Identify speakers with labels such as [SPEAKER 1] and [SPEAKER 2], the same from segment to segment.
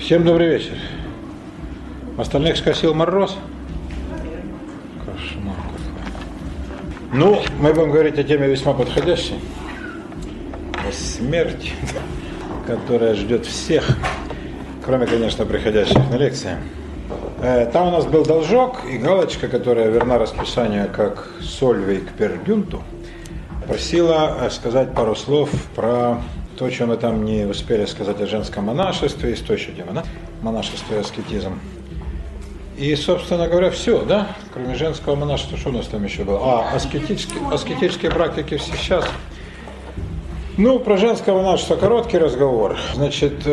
[SPEAKER 1] Всем добрый вечер. Остальных скосил мороз? Кошмар какой. Ну, мы будем говорить о теме весьма подходящей. О смерти, которая ждет всех, кроме, конечно, приходящих на лекции. Там у нас был должок и галочка, которая верна расписанию как Сольвейк Пердюнту, просила сказать пару слов про то, что мы там не успели сказать о женском монашестве, есть то еще тема, да? Монашество и аскетизм. И, собственно говоря, все, да? Кроме женского монашества, что у нас там еще было? Аскетические практики все сейчас. Ну, про женское монашество короткий разговор. Значит,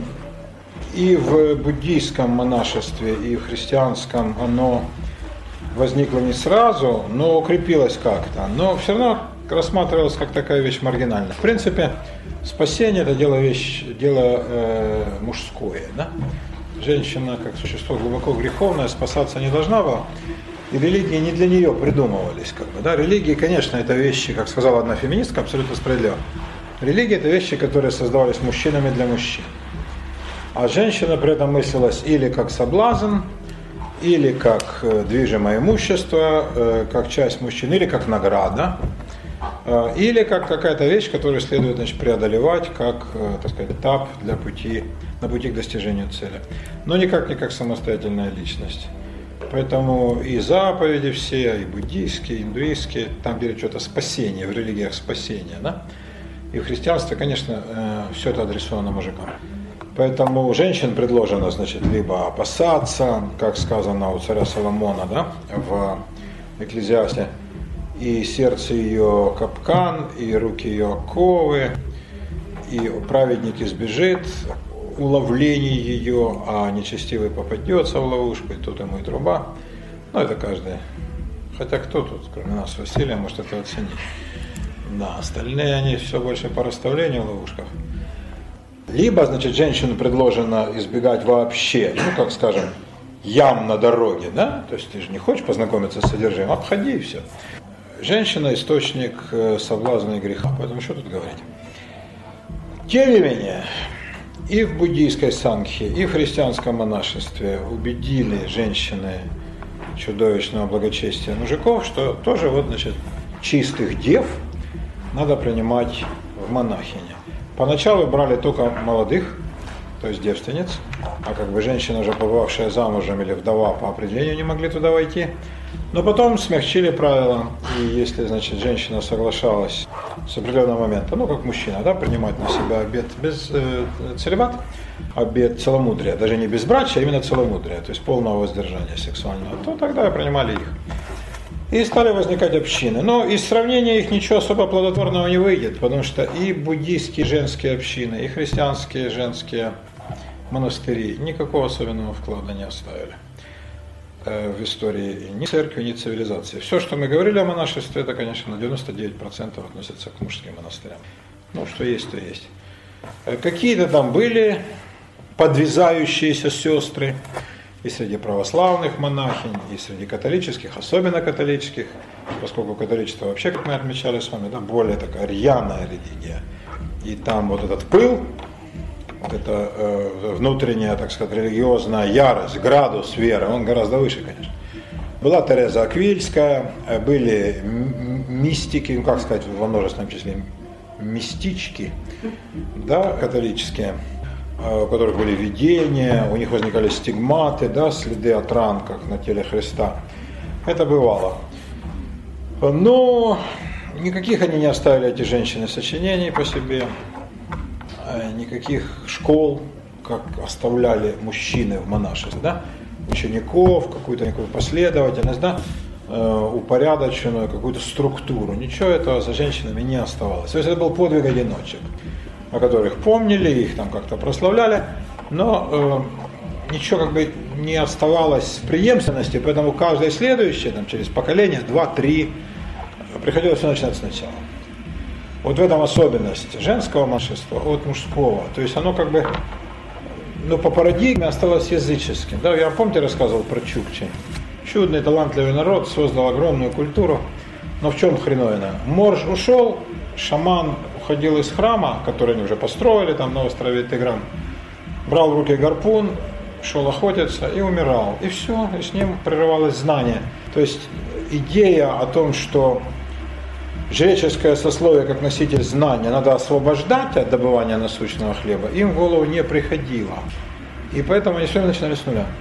[SPEAKER 1] и в буддийском монашестве, и в христианском оно возникло не сразу, но укрепилось как-то. Но все равно рассматривалось как такая вещь маргинальная. В принципе, спасение – это дело мужское. Да? Женщина, как существо глубоко греховное, спасаться не должна была. И религии не для нее придумывались. Да? Религии, конечно, это вещи, как сказала одна феминистка, абсолютно справедливо. Религии – это вещи, которые создавались мужчинами для мужчин. А женщина при этом мыслилась или как соблазн, или как движимое имущество, как часть мужчин, или как награда, или как какая-то вещь, которую следует, значит, преодолевать как, так сказать, этап на пути к достижению цели. Но никак не как самостоятельная личность. Поэтому и заповеди все, и буддийские, и индуистские, там где что-то спасение, в религиях спасение, да? И в христианстве, конечно, все это адресовано мужикам. Поэтому женщин предложено, значит, либо опасаться, как сказано у царя Соломона, да, в Экклезиасте, и сердце ее капкан, и руки ее оковы, и праведник избежит уловлений ее, а нечестивый попадется в ловушку, и тут ему и труба. Ну, это каждый. Хотя кто тут, кроме нас, Василия, может это оценить. Да, остальные, они все больше по расставлению в ловушках. Либо, значит, женщину предложено избегать вообще, ну, как скажем, ям на дороге, да? То есть ты же не хочешь познакомиться с содержимым, обходи и все. Женщина – источник соблазна и греха, поэтому что тут говорить. Тем не менее, и в буддийской сангхе, и в христианском монашестве убедили женщины чудовищного благочестия мужиков, что тоже вот, значит, чистых дев надо принимать в монахини. Поначалу брали только молодых, то есть девственниц, а как бы женщина, уже побывавшая замужем или вдова, по определению не могли туда войти. Но потом смягчили правила, и если, значит, женщина соглашалась с определенного момента, ну как мужчина, да, принимать на себя обет без целибат, обет целомудрия, даже не безбрачия, а именно целомудрия, то есть полного воздержания сексуального, то тогда принимали их. И стали возникать общины. Но из сравнения их ничего особо плодотворного не выйдет, потому что и буддийские женские общины, и христианские женские монастыри никакого особенного вклада не оставили в истории ни церкви, ни цивилизации. Все, что мы говорили о монашестве, это, конечно, на 99% относится к мужским монастырям. Ну, что есть, то есть. Какие-то там были подвязающиеся сестры, и среди православных монахинь, и среди католических, особенно католических, поскольку католичество вообще, как мы отмечали с вами, да, более такая рьяная религия. И там вот этот пыл, вот эта внутренняя, так сказать, религиозная ярость, градус веры, он гораздо выше, конечно. Была Тереза Аквильская, были мистики, ну как сказать, во множественном числе, мистички, да, католические, у которых были видения, у них возникали стигматы, да, следы от ран, как на теле Христа. Это бывало. Но никаких они не оставили, эти женщины, сочинений по себе, никаких школ, как оставляли мужчины в монашестве, да, учеников, какую-то некую последовательность, да, упорядоченную какую-то структуру. Ничего этого за женщинами не оставалось. То есть это был подвиг одиночек, о которых помнили, их там как-то прославляли, но ничего как бы не оставалось в преемственности, поэтому каждое следующее, там, через поколение, 2-3, приходилось все начинать сначала. Вот в этом особенность женского монашества от мужского. То есть оно как бы, ну, по парадигме осталось языческим. Да, я, помните, рассказывал про чукчи. Чудный, талантливый народ, создал огромную культуру. Но в чем хреновина? Морж ушел, шаман уходил из храма, который они уже построили там на острове Тегран. брал в руки гарпун, шел охотиться и умирал. И все, и с ним прерывалось знание. То есть идея о том, что жреческое сословие как носитель знания надо освобождать от добывания насущного хлеба, им в голову не приходило. И поэтому они все начинали с нуля.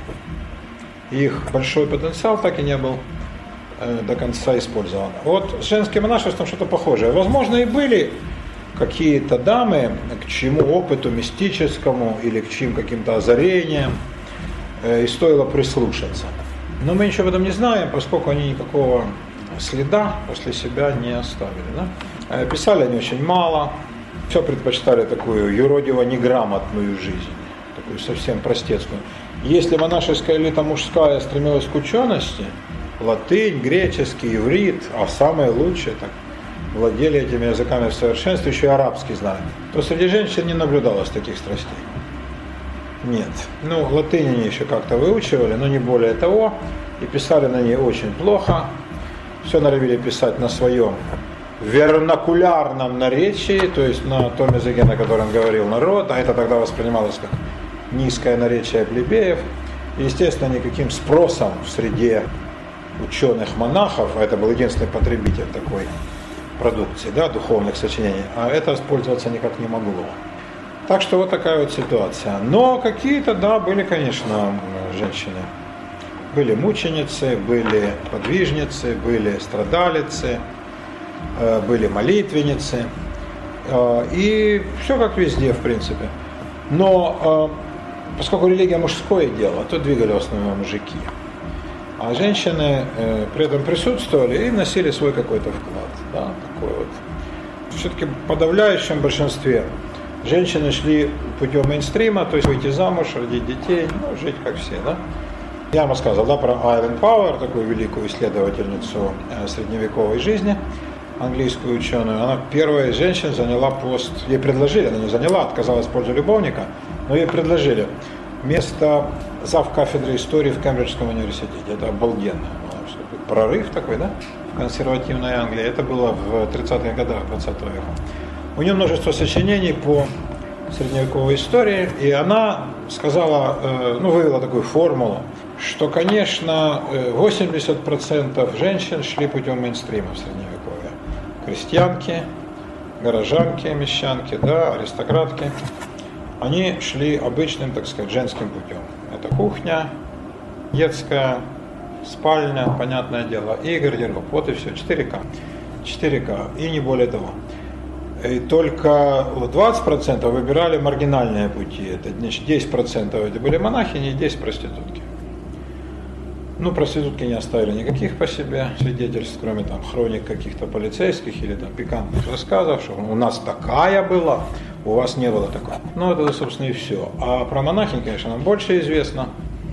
[SPEAKER 1] Их большой потенциал так и не был до конца использован. Вот с женским монашеством что-то похожее. Возможно, и были какие-то дамы, к чьему опыту мистическому или к чьим каким-то озарениям и стоило прислушаться. Но мы ничего об этом не знаем, поскольку они никакого следа после себя не оставили. Да? Писали они очень мало, все предпочитали такую юродиво-неграмотную жизнь, такую совсем простецкую. Если монашеская элита мужская стремилась к учености, латынь, греческий, иврит, а самые лучшие так владели этими языками в совершенстве, еще и арабский знали, то среди женщин не наблюдалось таких страстей. Нет. Ну, латынь они еще как-то выучивали, но не более того, и писали на ней очень плохо. Все норовили писать на своем вернакулярном наречии, то есть на том языке, на котором говорил народ, а это тогда воспринималось как низкое наречие плебеев. И, естественно, никаким спросом в среде ученых-монахов, а это был единственный потребитель такой продукции, да, духовных сочинений, а это использоваться никак не могло. Так что вот такая вот ситуация. Но какие-то, да, были, конечно, женщины. Были мученицы, были подвижницы, были страдалицы, были молитвенницы. И все как везде, в принципе. Но поскольку религия мужское дело, то двигали в основном мужики. А женщины при этом присутствовали и вносили свой какой-то вклад. Да, такой вот. Все-таки в подавляющем большинстве женщины шли путем мейнстрима, то есть выйти замуж, родить детей, ну, жить как все. Да? Я вам рассказывал, да, про Айлен Пауэр, такую великую исследовательницу средневековой жизни, английскую ученую. Она первая из женщин заняла пост, ей предложили, она не заняла, отказалась в пользу любовника, но ей предложили место завкафедры истории в Кембриджском университете. Это обалденно. Прорыв такой, да, в консервативной Англии. Это было в 30-х годах 20 века. У нее множество сочинений по средневековой истории, и она сказала, вывела такую формулу, что, конечно, 80% женщин шли путем мейнстрима в Средневековье. Крестьянки, горожанки, мещанки, да, аристократки. Они шли обычным, так сказать, женским путем. Это кухня, детская, спальня, понятное дело, и гардероб. Вот и все, 4К. 4К, и не более того. И только 20% выбирали маргинальные пути. Это, значит, 10% это были монахини и 10 проститутки. Ну, проститутки не оставили никаких по себе свидетельств, кроме там хроник каких-то полицейских или там пикантных рассказов, что у нас такая была, у вас не было такой. Ну, это, собственно, и все. А про монахинь, конечно, нам больше известно.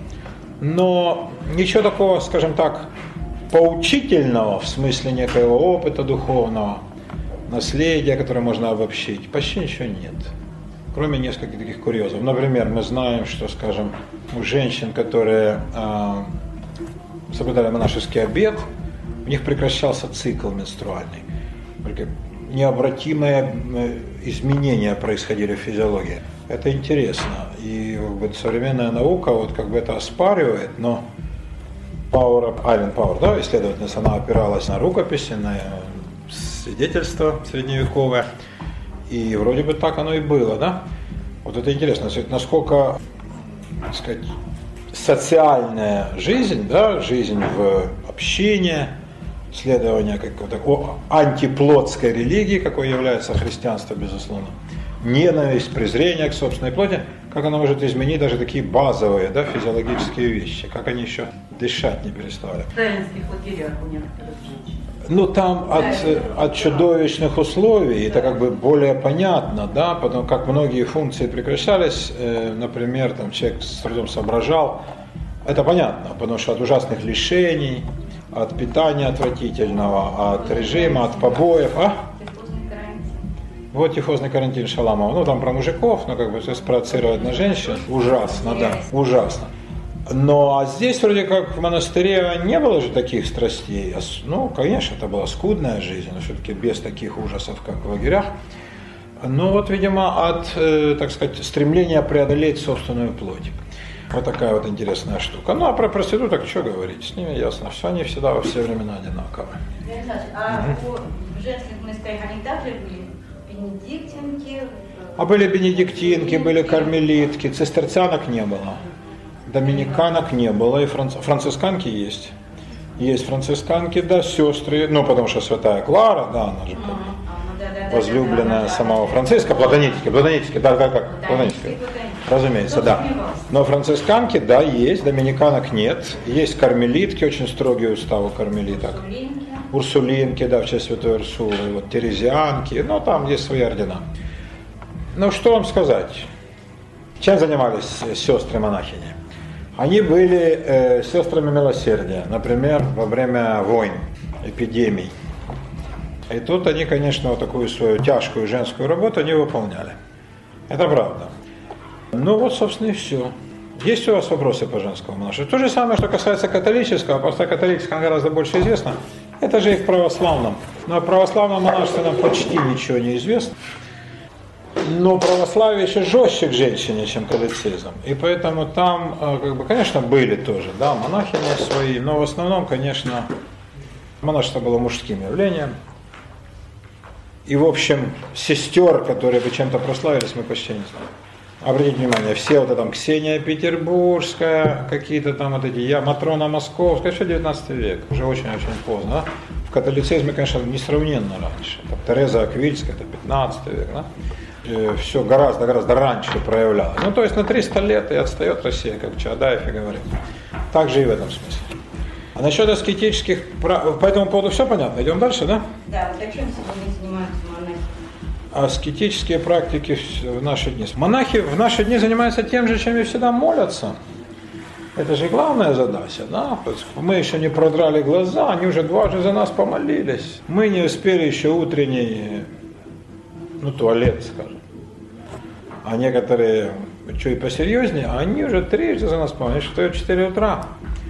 [SPEAKER 1] Но ничего такого, скажем так, поучительного, в смысле некоего опыта духовного, наследия, которое можно обобщить, почти ничего нет. Кроме нескольких таких курьезов. Например, мы знаем, что, скажем, у женщин, которые соблюдали монашеский обет, у них прекращался цикл менструальный. Необратимые изменения происходили в физиологии. Это интересно. И современная наука вот как бы это оспаривает, но Айлен Пауэр, да, исследовательница, она опиралась на рукописи, на свидетельства средневековые, и вроде бы так оно и было, да? Вот это интересно, насколько, так сказать, социальная жизнь, да, жизнь в общине, следование какой-то антиплотской религии, какой является христианство, безусловно, ненависть, презрение к собственной плоти, как оно может изменить даже такие базовые, да, физиологические вещи, как они еще дышать не переставали.
[SPEAKER 2] В сталинских лагерях у некоторых женщин.
[SPEAKER 1] Ну, там от чудовищных условий это как бы более понятно, да, потому как многие функции прекращались, например, там человек с трудом соображал, это понятно, потому что от ужасных лишений, от питания отвратительного, от режима, от побоев, Вот тифозный карантин Шаламова, ну там про мужиков, но как бы спроецировать на женщин, ужасно, да, ужасно. Но а здесь вроде как в монастыре не было же таких страстей. Ну, конечно, это была скудная жизнь, но все-таки без таких ужасов, как в лагерях. Ну вот, видимо, от, так сказать, стремления преодолеть собственную плоть. Вот такая вот интересная штука. Ну а про проституток что говорить? С ними ясно, что они всегда во все времена одинаковы.
[SPEAKER 2] А в женских монастырях они также были бенедиктинки?
[SPEAKER 1] А были бенедиктинки, были кармелитки, цистерцианок не было, доминиканок не было, и францисканки есть. Есть францисканки, да, сестры, ну потому что святая Клара, да, она же возлюбленная самого Франциска, платонические, да, как платонические, разумеется, да. Но францисканки, да, есть, доминиканок нет, есть кармелитки, очень строгие уставы кармелиток. Урсулинки, да, в честь святой Урсулы, вот терезианки, ну там есть свои ордена. Ну что вам сказать? Чем занимались сестры-монахини? Они были сестрами милосердия, например, во время войн, эпидемий. И тут они, конечно, вот такую свою тяжкую женскую работу они выполняли. Это правда. Ну вот, собственно, и все. Есть у вас вопросы по женскому монашеству? То же самое, что касается католического, просто католического гораздо больше известно. Это же и в православном. Но о православном монашестве нам почти ничего не известно. Но православие еще жестче к женщине, чем католицизм. И поэтому там, как бы, конечно, были тоже, да, монахини свои, но в основном, конечно, монашество было мужским явлением. И, в общем, сестер, которые бы чем-то прославились, мы почти не знаем. Обратите внимание, все вот это там Ксения Петербургская, какие-то там вот эти, Матрона Московская, все 19 век, уже очень-очень поздно. Да? В католицизме, конечно, несравненно раньше. Там, Тереза Аквильская, это 15 век, да? Все гораздо раньше проявлялось. Ну, то есть на 300 лет и отстает Россия, как Чаадаев и говорит. Так же и в этом смысле. А насчет аскетических, по этому поводу все понятно? Идем дальше, да?
[SPEAKER 2] Да, вот о чем сегодня занимаются монахи?
[SPEAKER 1] Аскетические практики в наши дни. Монахи в наши дни занимаются тем же, чем и всегда молятся. Это же главная задача, да? Мы еще не продрали глаза, они уже дважды за нас помолились. Мы не успели еще утренний, туалет, скажем. А некоторые, что и посерьезнее, они уже трижды за нас помолились, что в 4 утра.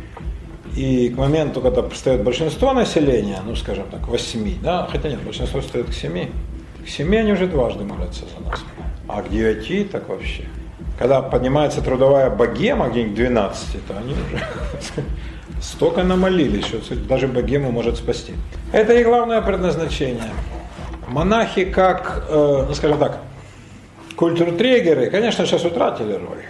[SPEAKER 1] И к моменту, когда встает большинство населения, скажем так, 8, да, хотя нет, большинство встает к 7. К 7 они уже дважды молятся за нас. А к 9 так вообще. Когда поднимается трудовая богема, где-нибудь к 12, то они уже столько намолились, что даже богему может спасти. Это и главное предназначение. Монахи как, скажем так, культуртрегеры, конечно, сейчас утратили роль.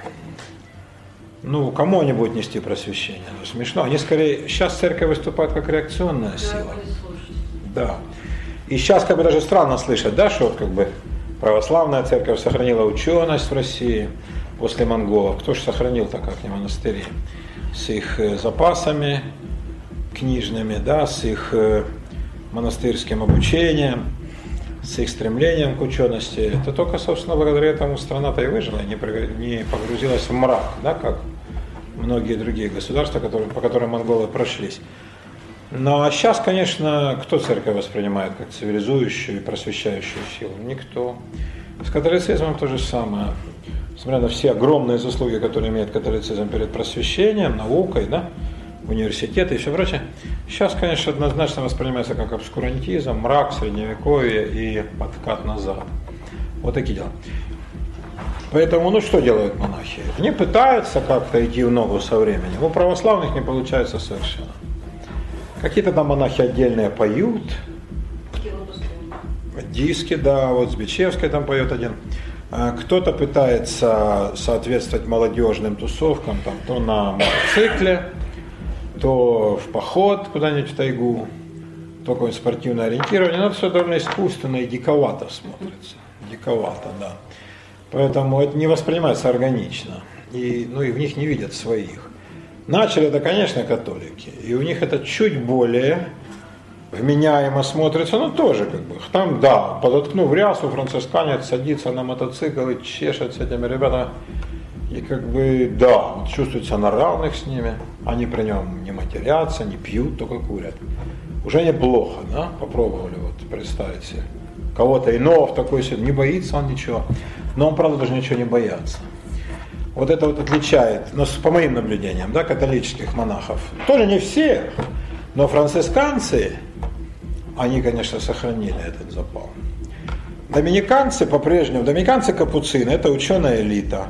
[SPEAKER 1] Кому они будут нести просвещение? Смешно. Они скорее, сейчас церковь выступает как реакционная сила. Да. И сейчас даже странно слышать, да, что православная церковь сохранила ученость в России после монголов. Кто же сохранил-то как не монастыри? С их запасами книжными, да, с их монастырским обучением, с их стремлением к учености. Это только, собственно, благодаря этому страна-то и выжила, не погрузилась в мрак, да, как многие другие государства, по которым монголы прошлись. Ну а сейчас, конечно, кто церковь воспринимает как цивилизующую и просвещающую силу? Никто. С католицизмом то же самое. Несмотря на все огромные заслуги, которые имеет католицизм перед просвещением, наукой, да, университеты и все прочее, сейчас, конечно, однозначно воспринимается как обскурантизм, мрак, средневековье и подкат назад. Вот такие дела. Поэтому, что делают монахи? Они пытаются как-то идти в ногу со временем. У православных не получается совершенно. Какие-то там монахи отдельные поют. Диски, да, вот Збичевская там поет один. Кто-то пытается соответствовать молодежным тусовкам, там, то на мотоцикле, то в поход куда-нибудь в тайгу, то какое-нибудь спортивное ориентирование. Но это все довольно искусственно и диковато смотрится. Диковато, да. Поэтому это не воспринимается органично. И в них не видят своих. Начали это, конечно, католики. И у них это чуть более вменяемо смотрится, тоже Там, да, подоткнув рясу, францисканец садится на мотоцикл и чешет с этими ребятами. И да, чувствуется на равных с ними. Они при нем не матерятся, не пьют, только курят. Уже неплохо, да? Попробовали представить себе. Кого-то иного в такой ситуации, не боится он ничего. Но он, правда, даже ничего не боятся. Вот это отличает, по моим наблюдениям, да, католических монахов. Тоже не все, но францисканцы, они, конечно, сохранили этот запал. Доминиканцы по-прежнему, доминиканцы-капуцины – это ученая элита.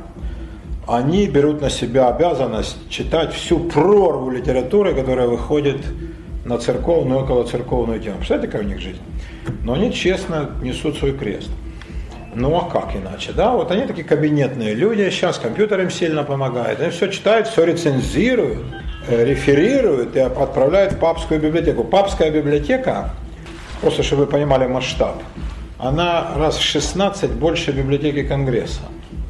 [SPEAKER 1] Они берут на себя обязанность читать всю прорву литературы, которая выходит на церковную, околоцерковную тему. Представляете, какая у них жизнь? Но они честно несут свой крест. Ну а как иначе, да? Вот они такие кабинетные люди, сейчас компьютер им сильно помогает. Они все читают, все рецензируют, реферируют и отправляют в папскую библиотеку. Папская библиотека, просто чтобы вы понимали масштаб, она раз в 16 больше библиотеки Конгресса.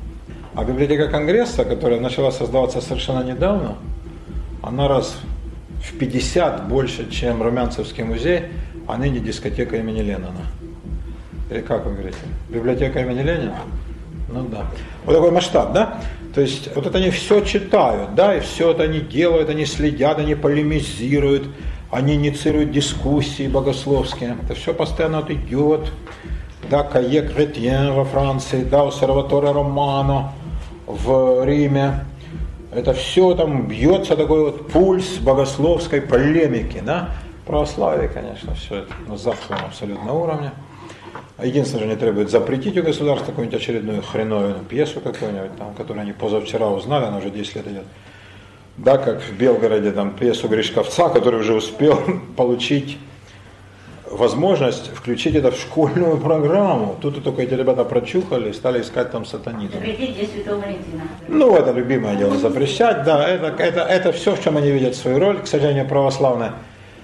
[SPEAKER 1] А библиотека Конгресса, которая начала создаваться совершенно недавно, она раз в 50 больше, чем Румянцевский музей, а ныне дискотека имени Ленина. Или как вы говорите? Библиотека имени Ленина? Ну да. Вот такой масштаб, да? То есть вот это они все читают, да, и все это они делают, они следят, они полемизируют, они инициируют дискуссии богословские. Это все постоянно вот идет. Да, Кае Кретьен во Франции, да, Осерваторе Романо в Риме. Это все там бьется такой вот пульс богословской полемики, да. Православие, конечно, все это на западном абсолютно уровне. Единственное, что не требует запретить у государства какую-нибудь очередную хреновую пьесу какую-нибудь, там, которую они позавчера узнали, она уже 10 лет идет. Да, как в Белгороде, там, пьесу Гришковца, который уже успел получить возможность включить это в школьную программу. Тут и только эти ребята прочухали, стали искать там сатанизм.
[SPEAKER 2] Запретить День Святого Валентина.
[SPEAKER 1] Ну, это любимое дело, запрещать, да, это все, в чем они видят свою роль, к сожалению, православная.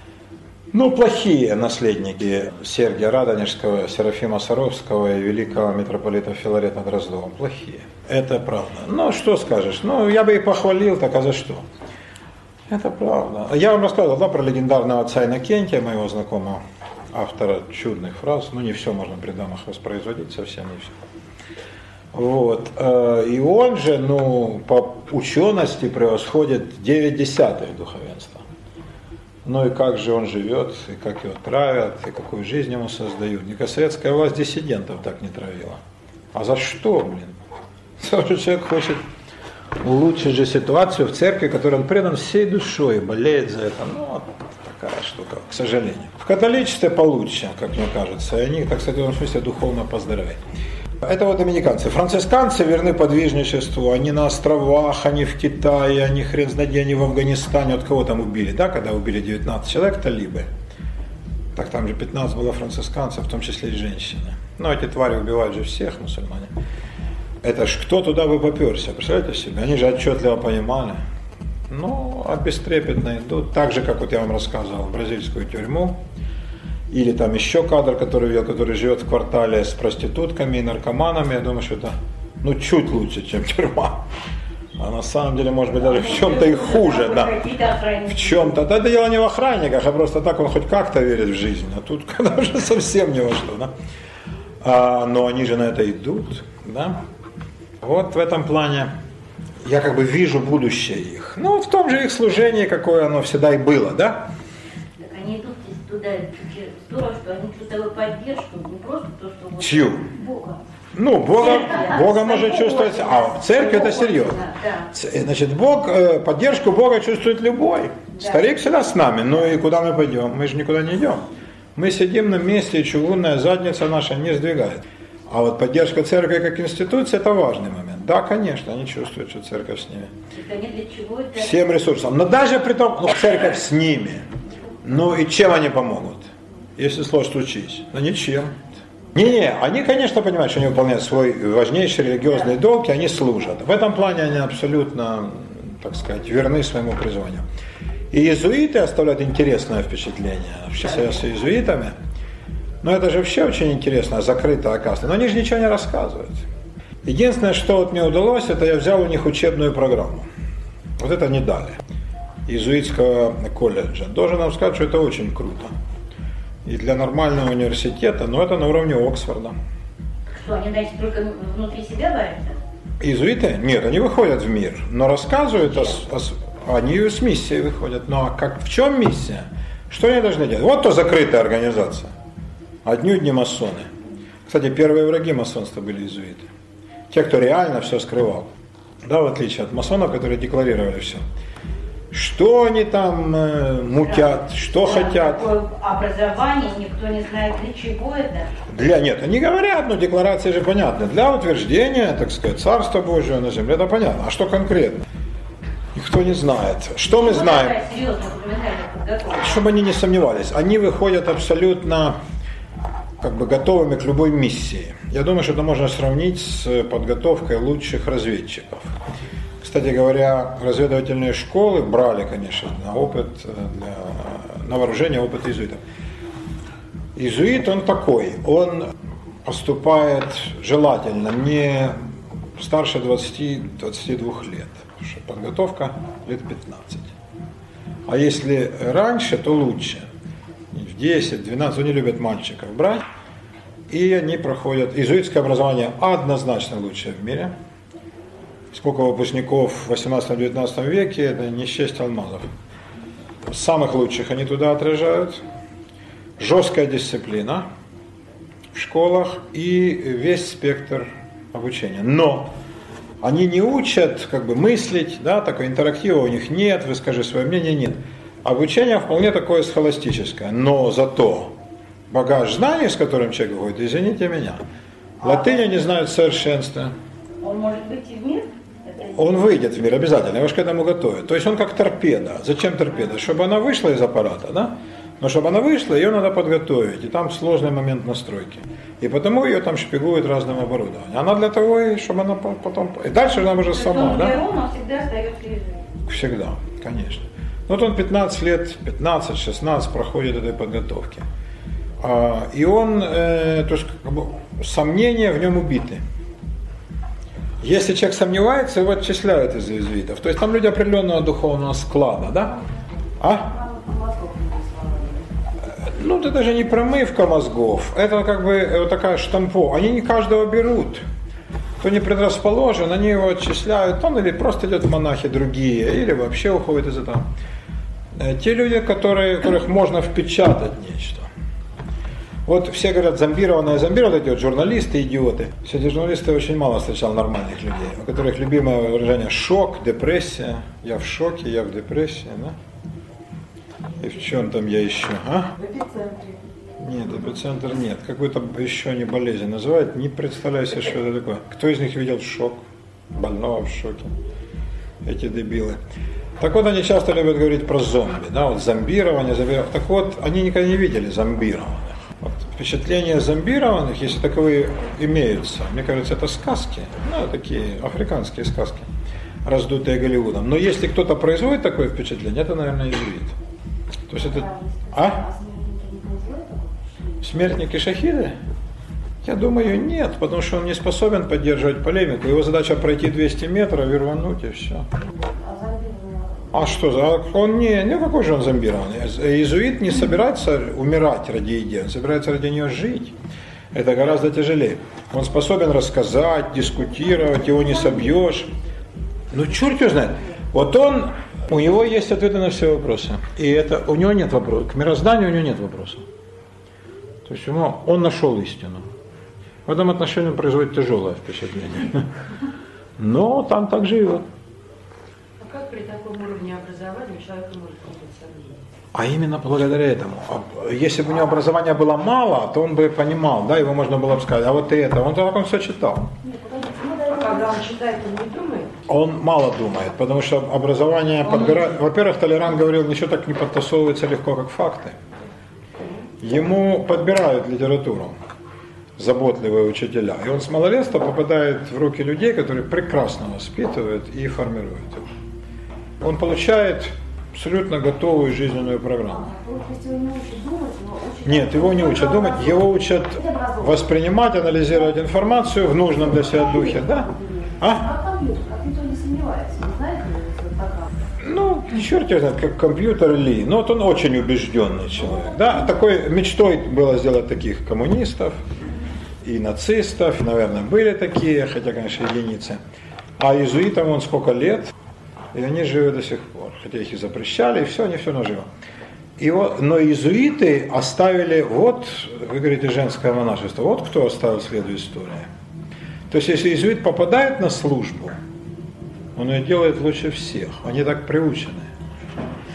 [SPEAKER 1] Ну, плохие наследники Сергия Радонежского, Серафима Саровского и великого митрополита Филарета Дроздова. Плохие. Это правда. Ну, что скажешь? Ну, я бы и похвалил, так а за что? Это правда. Я вам рассказывал, да, про легендарного отца Иннокентия, моего знакомого, автора чудных фраз. Ну, не все можно при дамах воспроизводить, совсем не все. Вот. И он же, ну, по учености превосходит 9 десятых духовенства. Ну и как же он живет, и как его травят, и какую жизнь ему создают. Никакая советская власть диссидентов так не травила. А за что, блин? Потому что человек хочет улучшить же ситуацию в церкви, которой он предан всей душой, болеет за это. Ну, вот такая штука, к сожалению. В католичестве получше, как мне кажется, и они, так сказать, в этом смысле духовно поздоровее. Это вот доминиканцы. Францисканцы верны подвижничеству, они на островах, они в Китае, они хрен знает где, они в Афганистане. Вот кого там убили, да, когда убили 19 человек, талибы. Так там же 15 было францисканцев, в том числе и женщины. Но эти твари убивают же всех, мусульмане. Это ж кто туда бы поперся, представляете себе? Они же отчетливо понимали. Ну, а бестрепетно идут, так же, как вот я вам рассказывал, в бразильскую тюрьму. Или там еще кадр, который живет в квартале с проститутками и наркоманами. Я думаю, что это ну, чуть лучше, чем тюрьма. А на самом деле, может быть, даже в чем-то и хуже. Да. В чем-то. Да, это дело не в охранниках, а просто так он хоть как-то верит в жизнь. А тут когда уже совсем ни во что. Да? Но они же на это идут. Да? Вот в этом плане я как бы вижу будущее их. Ну, в том же их служении, какое оно всегда и было. Да?
[SPEAKER 2] Так они идут туда, здорово, что они чувствуют поддержку, не просто то, что... Вот
[SPEAKER 1] чью?
[SPEAKER 2] Бога.
[SPEAKER 1] Ну, Бога может чувствовать, а в церкви это серьезно. Значит, поддержку Бога чувствует любой. Старик всегда с нами, ну и куда мы пойдем? Мы же никуда не идем. Мы сидим на месте, и чугунная задница наша не сдвигает. А вот поддержка церкви как институции – это важный момент. Да, конечно, они чувствуют, что церковь с ними.
[SPEAKER 2] Они для чего это?
[SPEAKER 1] Всем ресурсом. Но даже при том, церковь с ними. Ну и чем они помогут? Если сложно случись? Ну ничем. Не, они, конечно, понимают, что они выполняют свой важнейший религиозный долг, и они служат. В этом плане они абсолютно, так сказать, верны своему призванию. И иезуиты оставляют интересное впечатление. Вообще связь с иезуитами. Но это же вообще очень интересно, закрыто, оказывается. Но они же ничего не рассказывают. Единственное, что вот мне удалось, это я взял у них учебную программу. Вот это не дали. Иезуитского колледжа. Должен вам сказать, что это очень круто. И для нормального университета, но это на уровне Оксфорда.
[SPEAKER 2] Что, они, значит, только внутри себя варятся?
[SPEAKER 1] Иезуиты? Нет, они выходят в мир, но рассказывают, они с миссией выходят. Но в чем миссия? Что они должны делать? Вот то закрытая организация. Отнюдь не масоны. Кстати, первые враги масонства были иезуиты. Те, кто реально все скрывал. Да, в отличие от масонов, которые декларировали все. что они там мутят, что хотят.
[SPEAKER 2] Такое образование, никто не знает, для чего это.
[SPEAKER 1] Нет, они говорят, но декларации же понятны. Для утверждения, так сказать, Царства Божьего на земле, это понятно. А что конкретно? Никто не знает. Что мы знаем? Чтобы они не сомневались. Они выходят абсолютно как бы готовыми к любой миссии. Я думаю, что это можно сравнить с подготовкой лучших разведчиков. Кстати говоря, разведывательные школы брали, конечно, на опыт, на вооружение опыт иезуитов. Иезуит, он такой, он поступает желательно не старше 20-22 лет, потому что подготовка лет 15. А если раньше, то лучше. В 10-12 они любят мальчиков брать, и они проходят. Иезуитское образование однозначно лучшее в мире. Сколько выпускников в 18-19 веке, это не счесть алмазов. Самых лучших они туда отражают. Жесткая дисциплина в школах и весь спектр обучения. Но они не учат как бы мыслить, да, такого интерактива у них нет, выскажи свое мнение, нет. Обучение вполне такое схоластическое, но зато багаж знаний, с которым человек выходит, извините меня, латынь они знают в совершенстве.
[SPEAKER 2] Он может выйти в мир?
[SPEAKER 1] Он выйдет в мир обязательно, его же к этому готовят. То есть он как торпеда. Зачем торпеда? Чтобы она вышла из аппарата, да? Но чтобы она вышла, ее надо подготовить. И там сложный момент настройки. И потому ее там шпигуют разным оборудованием. Она для того, чтобы она потом... И дальше она уже сама, да?
[SPEAKER 2] Он всегда остается иезуитом.
[SPEAKER 1] Всегда, конечно. Вот он 15 лет, 15-16 проходит этой подготовки. И он, то есть, как бы, сомнения в нем убиты. Если человек сомневается, его отчисляют из иезуитов. То есть там люди определенного духовного склада, да? Ну, это даже не промывка мозгов, это как бы вот такая штампо. Они не каждого берут. Кто не предрасположен, они его отчисляют. Он или просто идет в монахи другие, или вообще уходит из этого. Те люди, которых можно впечатать нечто. Вот все говорят зомбированные, эти вот журналисты, идиоты. Среди журналистов очень мало встречал нормальных людей, у которых любимое выражение шок, депрессия. Я в шоке, я в депрессии, да? И в чем там я еще, а?
[SPEAKER 3] В эпицентре.
[SPEAKER 1] Нет, эпицентр нет. Какую-то еще они болезнь называют, не представляю себе, что это такое. Кто из них видел шок? Больного в шоке. Эти дебилы. Так вот, они часто любят говорить про зомби, да, вот зомбирование. Так вот, они никогда не видели зомбированных. Вот, впечатления зомбированных, если таковые имеются, мне кажется, это сказки, ну, такие африканские сказки, раздутые Голливудом. Но если кто-то производит такое впечатление, это, наверное, иезуит. То есть это... Смертники-шахиды? Я думаю, нет, потому что он не способен поддерживать полемику. Его задача пройти 200 метров и рвануть, и все. А что? Он не какой же он зомбированный. Иезуит не собирается умирать ради идеи, он собирается ради нее жить. Это гораздо тяжелее. Он способен рассказать, дискутировать, его не собьешь. Ну, черт его знает. Вот у него есть ответы на все вопросы. И это у него нет вопросов. К мирозданию у него нет вопросов. То есть он нашел истину. В этом отношении он производит тяжелое впечатление. Но там так живет.
[SPEAKER 3] А как при таком уровне образования человек может быть сомнений?
[SPEAKER 1] А именно благодаря этому. Если бы у него образования было мало, то он бы понимал, да, его можно было бы сказать, а вот это, он все читал.
[SPEAKER 3] А когда он читает, он не думает?
[SPEAKER 1] Он мало думает, потому что образование подбирает. Во-первых, Толеран говорил, ничего так не подтасовывается легко, как факты. Ему подбирают литературу заботливые учителя. И он с малолетства попадает в руки людей, которые прекрасно воспитывают и формируют его. Он получает абсолютно готовую жизненную программу. Нет, его не учат думать, его учат воспринимать, анализировать информацию в нужном для себя духе, да? А?
[SPEAKER 3] Никто не сомневается, не знает,
[SPEAKER 1] Ну, черт его знает, как компьютер Ли. Но вот он очень убежденный человек. Да? Такой мечтой было сделать таких коммунистов и нацистов. Наверное, были такие, хотя, конечно, единицы. А иезуитам он сколько лет, и они живы до сих пор. Хотя их и запрещали, и все, они все наживо. Но иезуиты оставили, вот, вы говорите, женское монашество, вот кто оставил следу истории. То есть, если иезуит попадает на службу, он ее делает лучше всех, они так приучены.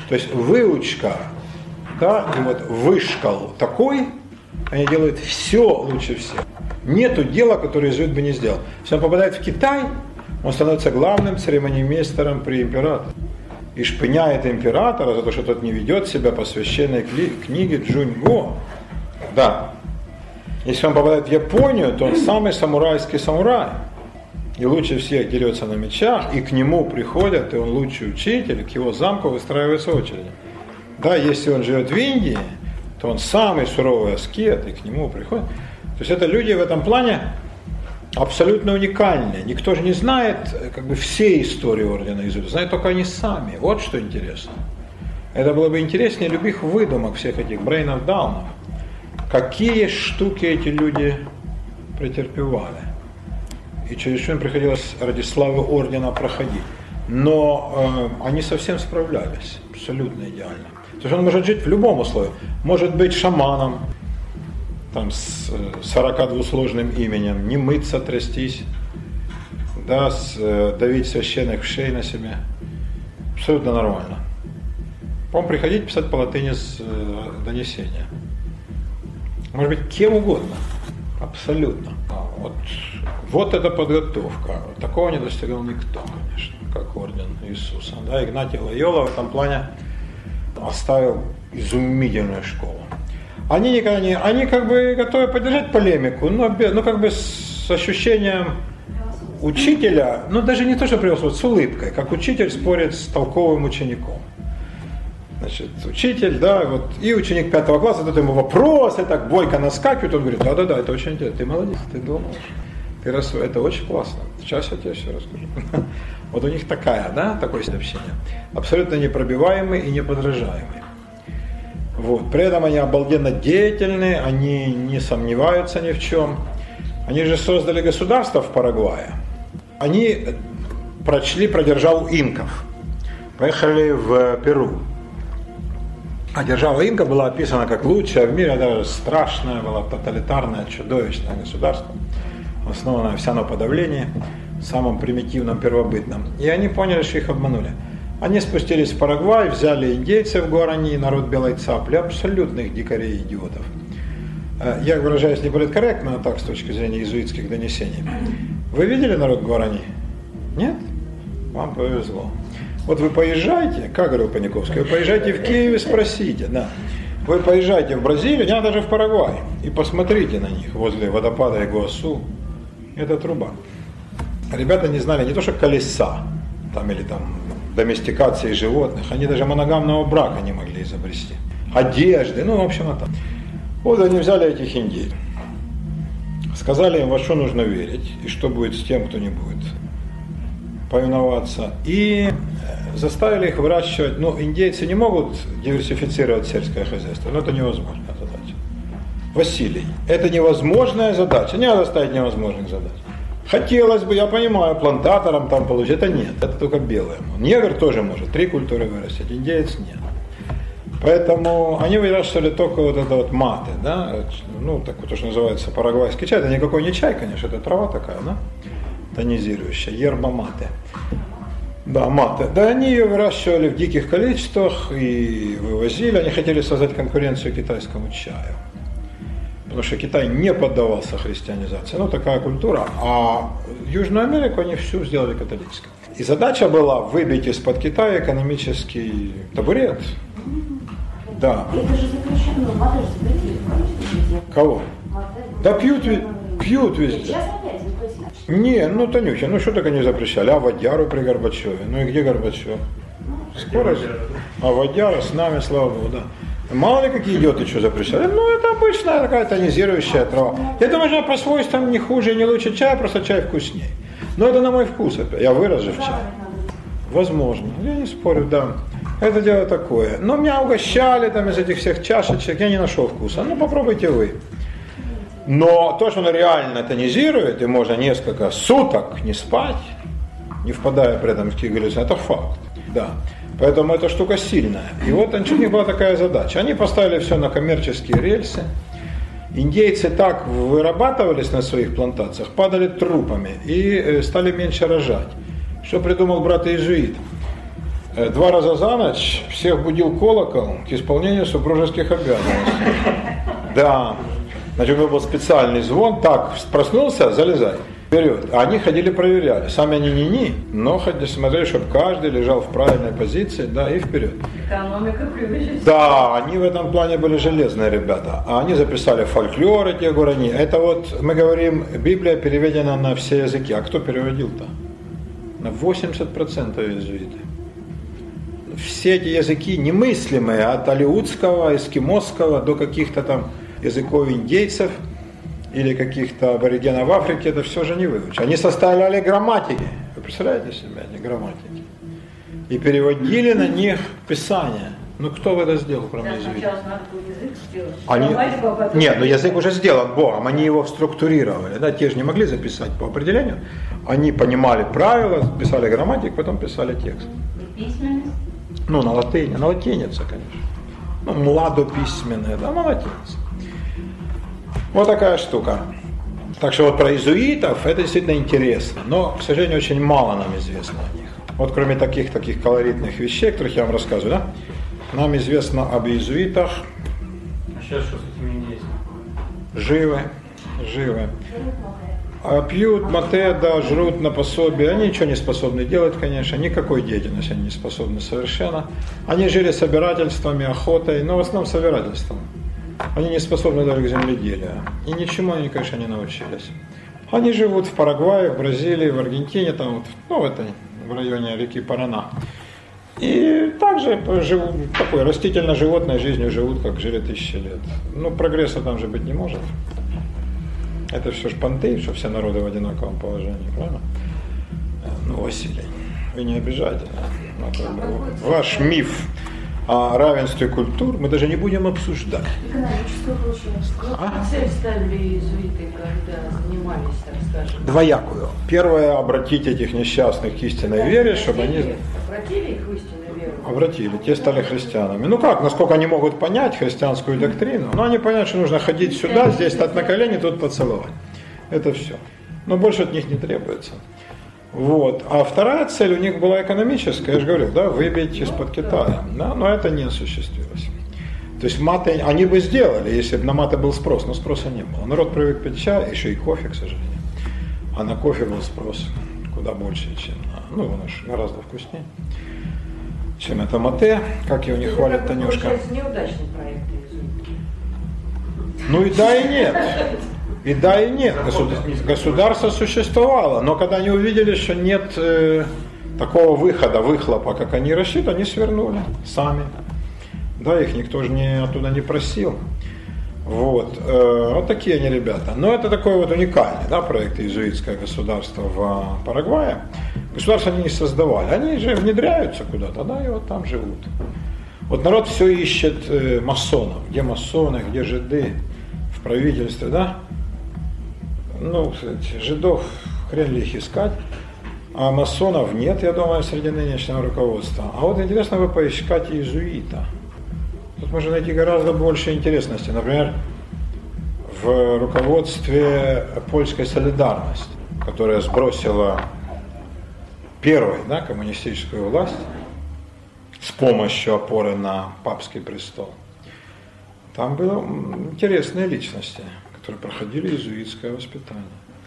[SPEAKER 1] То есть выучка, да, и вот вышкал такой, они делают все лучше всех. Нету дела, которое Иезуит бы не сделал. Если он попадает в Китай, он становится главным церемонимейстером при императоре. И шпыняет императора за то, что тот не ведет себя по священной книге Джуньго. Да. Если он попадает в Японию, то он самый самурайский самурай. И лучше всех дерется на мечах, и к нему приходят, и он лучший учитель, к его замку выстраивается очередь. Да, если он живет в Индии, то он самый суровый аскет, и к нему приходят. То есть это люди в этом плане абсолютно уникальные. Никто же не знает как бы всей истории ордена Иезуита, знают только они сами. Вот что интересно. Это было бы интереснее любых выдумок всех этих брейнов даунов. Какие штуки эти люди претерпевали. И через что им приходилось ради славы ордена проходить. Но они совсем справлялись. Абсолютно идеально. То есть он может жить в любом условии. Может быть шаманом, там, с 42-сложным именем, не мыться, трястись, да, давить священных вшей на себе. Абсолютно нормально. По-моему, приходить писать по латыни с донесения. Может быть, кем угодно. Абсолютно. Вот эта подготовка. Такого не достигал никто, конечно, как орден Иисуса. Да, Игнатий Лойола в этом плане оставил изумительную школу. Они никогда не, они как бы готовы поддержать полемику, но как бы с ощущением учителя, ну даже не то, что превосходит, с улыбкой, как учитель спорит с толковым учеником. Значит, учитель, да, вот, и ученик 5 класса, тут ему вопросы, так бойко наскакивает, он говорит, да, это очень интересно, ты молодец, ты думаешь, это очень классно, сейчас я тебе все расскажу. Вот у них такое общение, абсолютно непробиваемый и неподражаемый. Вот. При этом они обалденно деятельны, они не сомневаются ни в чем. Они же создали государство в Парагвае. Они прочли про державу инков, поехали в Перу. А держава инков была описана как лучшая в мире, даже страшное было, тоталитарное, чудовищное государство, основанное вся на подавлении, самом примитивном, первобытном. И они поняли, что их обманули. Они спустились в Парагвай, взяли индейцев в Гуарани, народ белой цапли, абсолютных дикарей и идиотов. Я выражаюсь не политкорректно, а так с точки зрения иезуитских донесений. Вы видели народ Гуарани? Нет? Вам повезло. Вот вы поезжайте, как говорил Паниковский, вы поезжайте в Киев и спросите, да. Вы поезжайте в Бразилию, не даже в Парагвай, и посмотрите на них возле водопада Игуасу. Это труба. Ребята не знали не то, что колеса, там или там доместикации животных, они даже моногамного брака не могли изобрести. Одежды, в общем, это. Вот они взяли этих индейцев, сказали им, во что нужно верить, и что будет с тем, кто не будет повиноваться, и заставили их выращивать, индейцы не могут диверсифицировать сельское хозяйство, но это невозможная задача. Василий, это невозможная задача, не надо ставить невозможных задач. Хотелось бы, я понимаю, плантаторам там получить, это нет, это только белые. Негр тоже может 3 культуры вырастить, индеец нет. Поэтому они выращивали только вот это вот маты, да, так вот, то, что называется парагвайский чай, это никакой не чай, конечно, это трава такая, да, тонизирующая, ерба маты. Да, маты. Да, они ее выращивали в диких количествах и вывозили, они хотели создать конкуренцию китайскому чаю. Потому что Китай не поддавался христианизации, такая культура, а Южную Америку они всю сделали католической. И задача была выбить из-под Китая экономический табурет. Да.
[SPEAKER 4] Это же запрещено, маты же запретили.
[SPEAKER 1] Кого? Да пьют везде.
[SPEAKER 4] Сейчас опять запретили.
[SPEAKER 1] Не, Танюхи, что так они запрещали? А водяру при Горбачеве? И где Горбачев? Скоро. А водяра с нами, слава Богу, да. Мало ли какие идиоты что запрещали. Это обычная такая тонизирующая трава. Я думаю, что по свойствам не хуже и не лучше чая, просто чай вкуснее. Но это на мой вкус опять. Я вырос же в чае. Возможно. Я не спорю, да. Это дело такое. Но меня угощали там из этих всех чашечек, я не нашел вкуса. Попробуйте вы. Но то, что оно реально тонизирует, и можно несколько суток не спать, не впадая при этом в какие галлюцинации, это факт. Да. Поэтому эта штука сильная. И вот у них была такая задача. Они поставили все на коммерческие рельсы. Индейцы так вырабатывались на своих плантациях, падали трупами и стали меньше рожать. Что придумал брат иезуит? 2 раза за ночь всех будил колокол к исполнению супружеских обязанностей. Да. Значит, у него был специальный звон. Так, проснулся, залезай. Вперед. А они ходили, проверяли. Сами они не, но ходили, смотрели, чтобы каждый лежал в правильной позиции, да, и вперед.
[SPEAKER 3] Экономика превыше.
[SPEAKER 1] Да, они в этом плане были железные ребята. А они записали фольклор, эти гурани. Это вот, мы говорим, Библия переведена на все языки. А кто переводил-то? На 80% иезуиты. Все эти языки немыслимые, от алеутского, эскимосского до каких-то там языков индейцев или каких-то аборигенов в Африке, это все же не выучить. Они составляли грамматики. Вы представляете себе эти грамматики? И переводили на них Писание. Ну кто это сделал, кроме иезуитов?
[SPEAKER 3] Сначала надо был язык сделать.
[SPEAKER 1] Они... Нет, но язык уже сделан Богом, они его структурировали. Да? Те же не могли записать по определению. Они понимали правила, писали грамматик, потом писали текст.
[SPEAKER 2] И письменность?
[SPEAKER 1] Ну, на латыни, на латинице, конечно. Ну, младописьменные, да, на латинице. Вот такая штука. Так что вот про иезуитов это действительно интересно, но, к сожалению, очень мало нам известно о них. Вот кроме таких колоритных вещей, которых я вам рассказываю, да, нам известно об иезуитах.
[SPEAKER 5] А сейчас что с этими есть?
[SPEAKER 1] Живы. А пьют, мате, да, жрут на пособие. Они ничего не способны делать, конечно, никакой деятельности они не способны совершенно. Они жили собирательствами, охотой, но в основном собирательством. Они не способны даже к земледелию. И ничему они, конечно, не научились. Они живут в Парагвае, в Бразилии, в Аргентине, там вот, ну, в районе реки Парана. И также живут такой растительно-животной жизнью живут, как жили 1000 лет. Ну, прогресса там же быть не может. Это все ж понты, что все народы в одинаковом положении, правильно? Ну, Василий, вы не обижайте. Ваш миф о равенстве культур мы даже не будем обсуждать.
[SPEAKER 4] Экономическую получилось.
[SPEAKER 3] А? Цель ставили иезуиты, когда занимались, так скажем.
[SPEAKER 1] Двоякую. Первое, обратить этих несчастных к истинной вере, чтобы они...
[SPEAKER 3] Обратили их в истинную веру?
[SPEAKER 1] Обратили, те стали христианами. Ну как, насколько они могут понять христианскую доктрину? Ну они понимают, что нужно ходить сюда, здесь стать на колени, тут поцеловать. Это все. Но больше от них не требуется. Вот. А вторая цель у них была экономическая, я же говорил, да, выбить из-под Китая. Да? Но это не осуществилось. То есть маты они бы сделали, если бы на маты был спрос, но спроса не было. Народ привык пить чай, еще и кофе, к сожалению. А на кофе был спрос куда больше, чем на... Ну, он уж гораздо вкуснее, чем это мате, как его не хвалит Танюшка.
[SPEAKER 3] Это неудачный проект иезуитов.
[SPEAKER 1] Ну и да, и нет. И да, и нет. Государство существовало, но когда они увидели, что нет такого выхлопа, как они рассчитывали, они свернули сами. Да, их никто же оттуда не просил. Вот. Вот такие они ребята. Но это такой вот уникальный, да, проект иезуитское государство в Парагвае. Государство они не создавали. Они же внедряются куда-то, да, и вот там живут. Вот народ все ищет масонов. Где масоны, где жиды в правительстве, да? Ну, кстати, жидов хрен ли их искать, а масонов нет, я думаю, среди нынешнего руководства. А вот интересно бы поискать иезуита. Тут можно найти гораздо больше интересности. Например, в руководстве польской солидарности, которая сбросила первой, да, коммунистическую власть с помощью опоры на папский престол. Там были интересные личности, которые проходили иезуитское воспитание.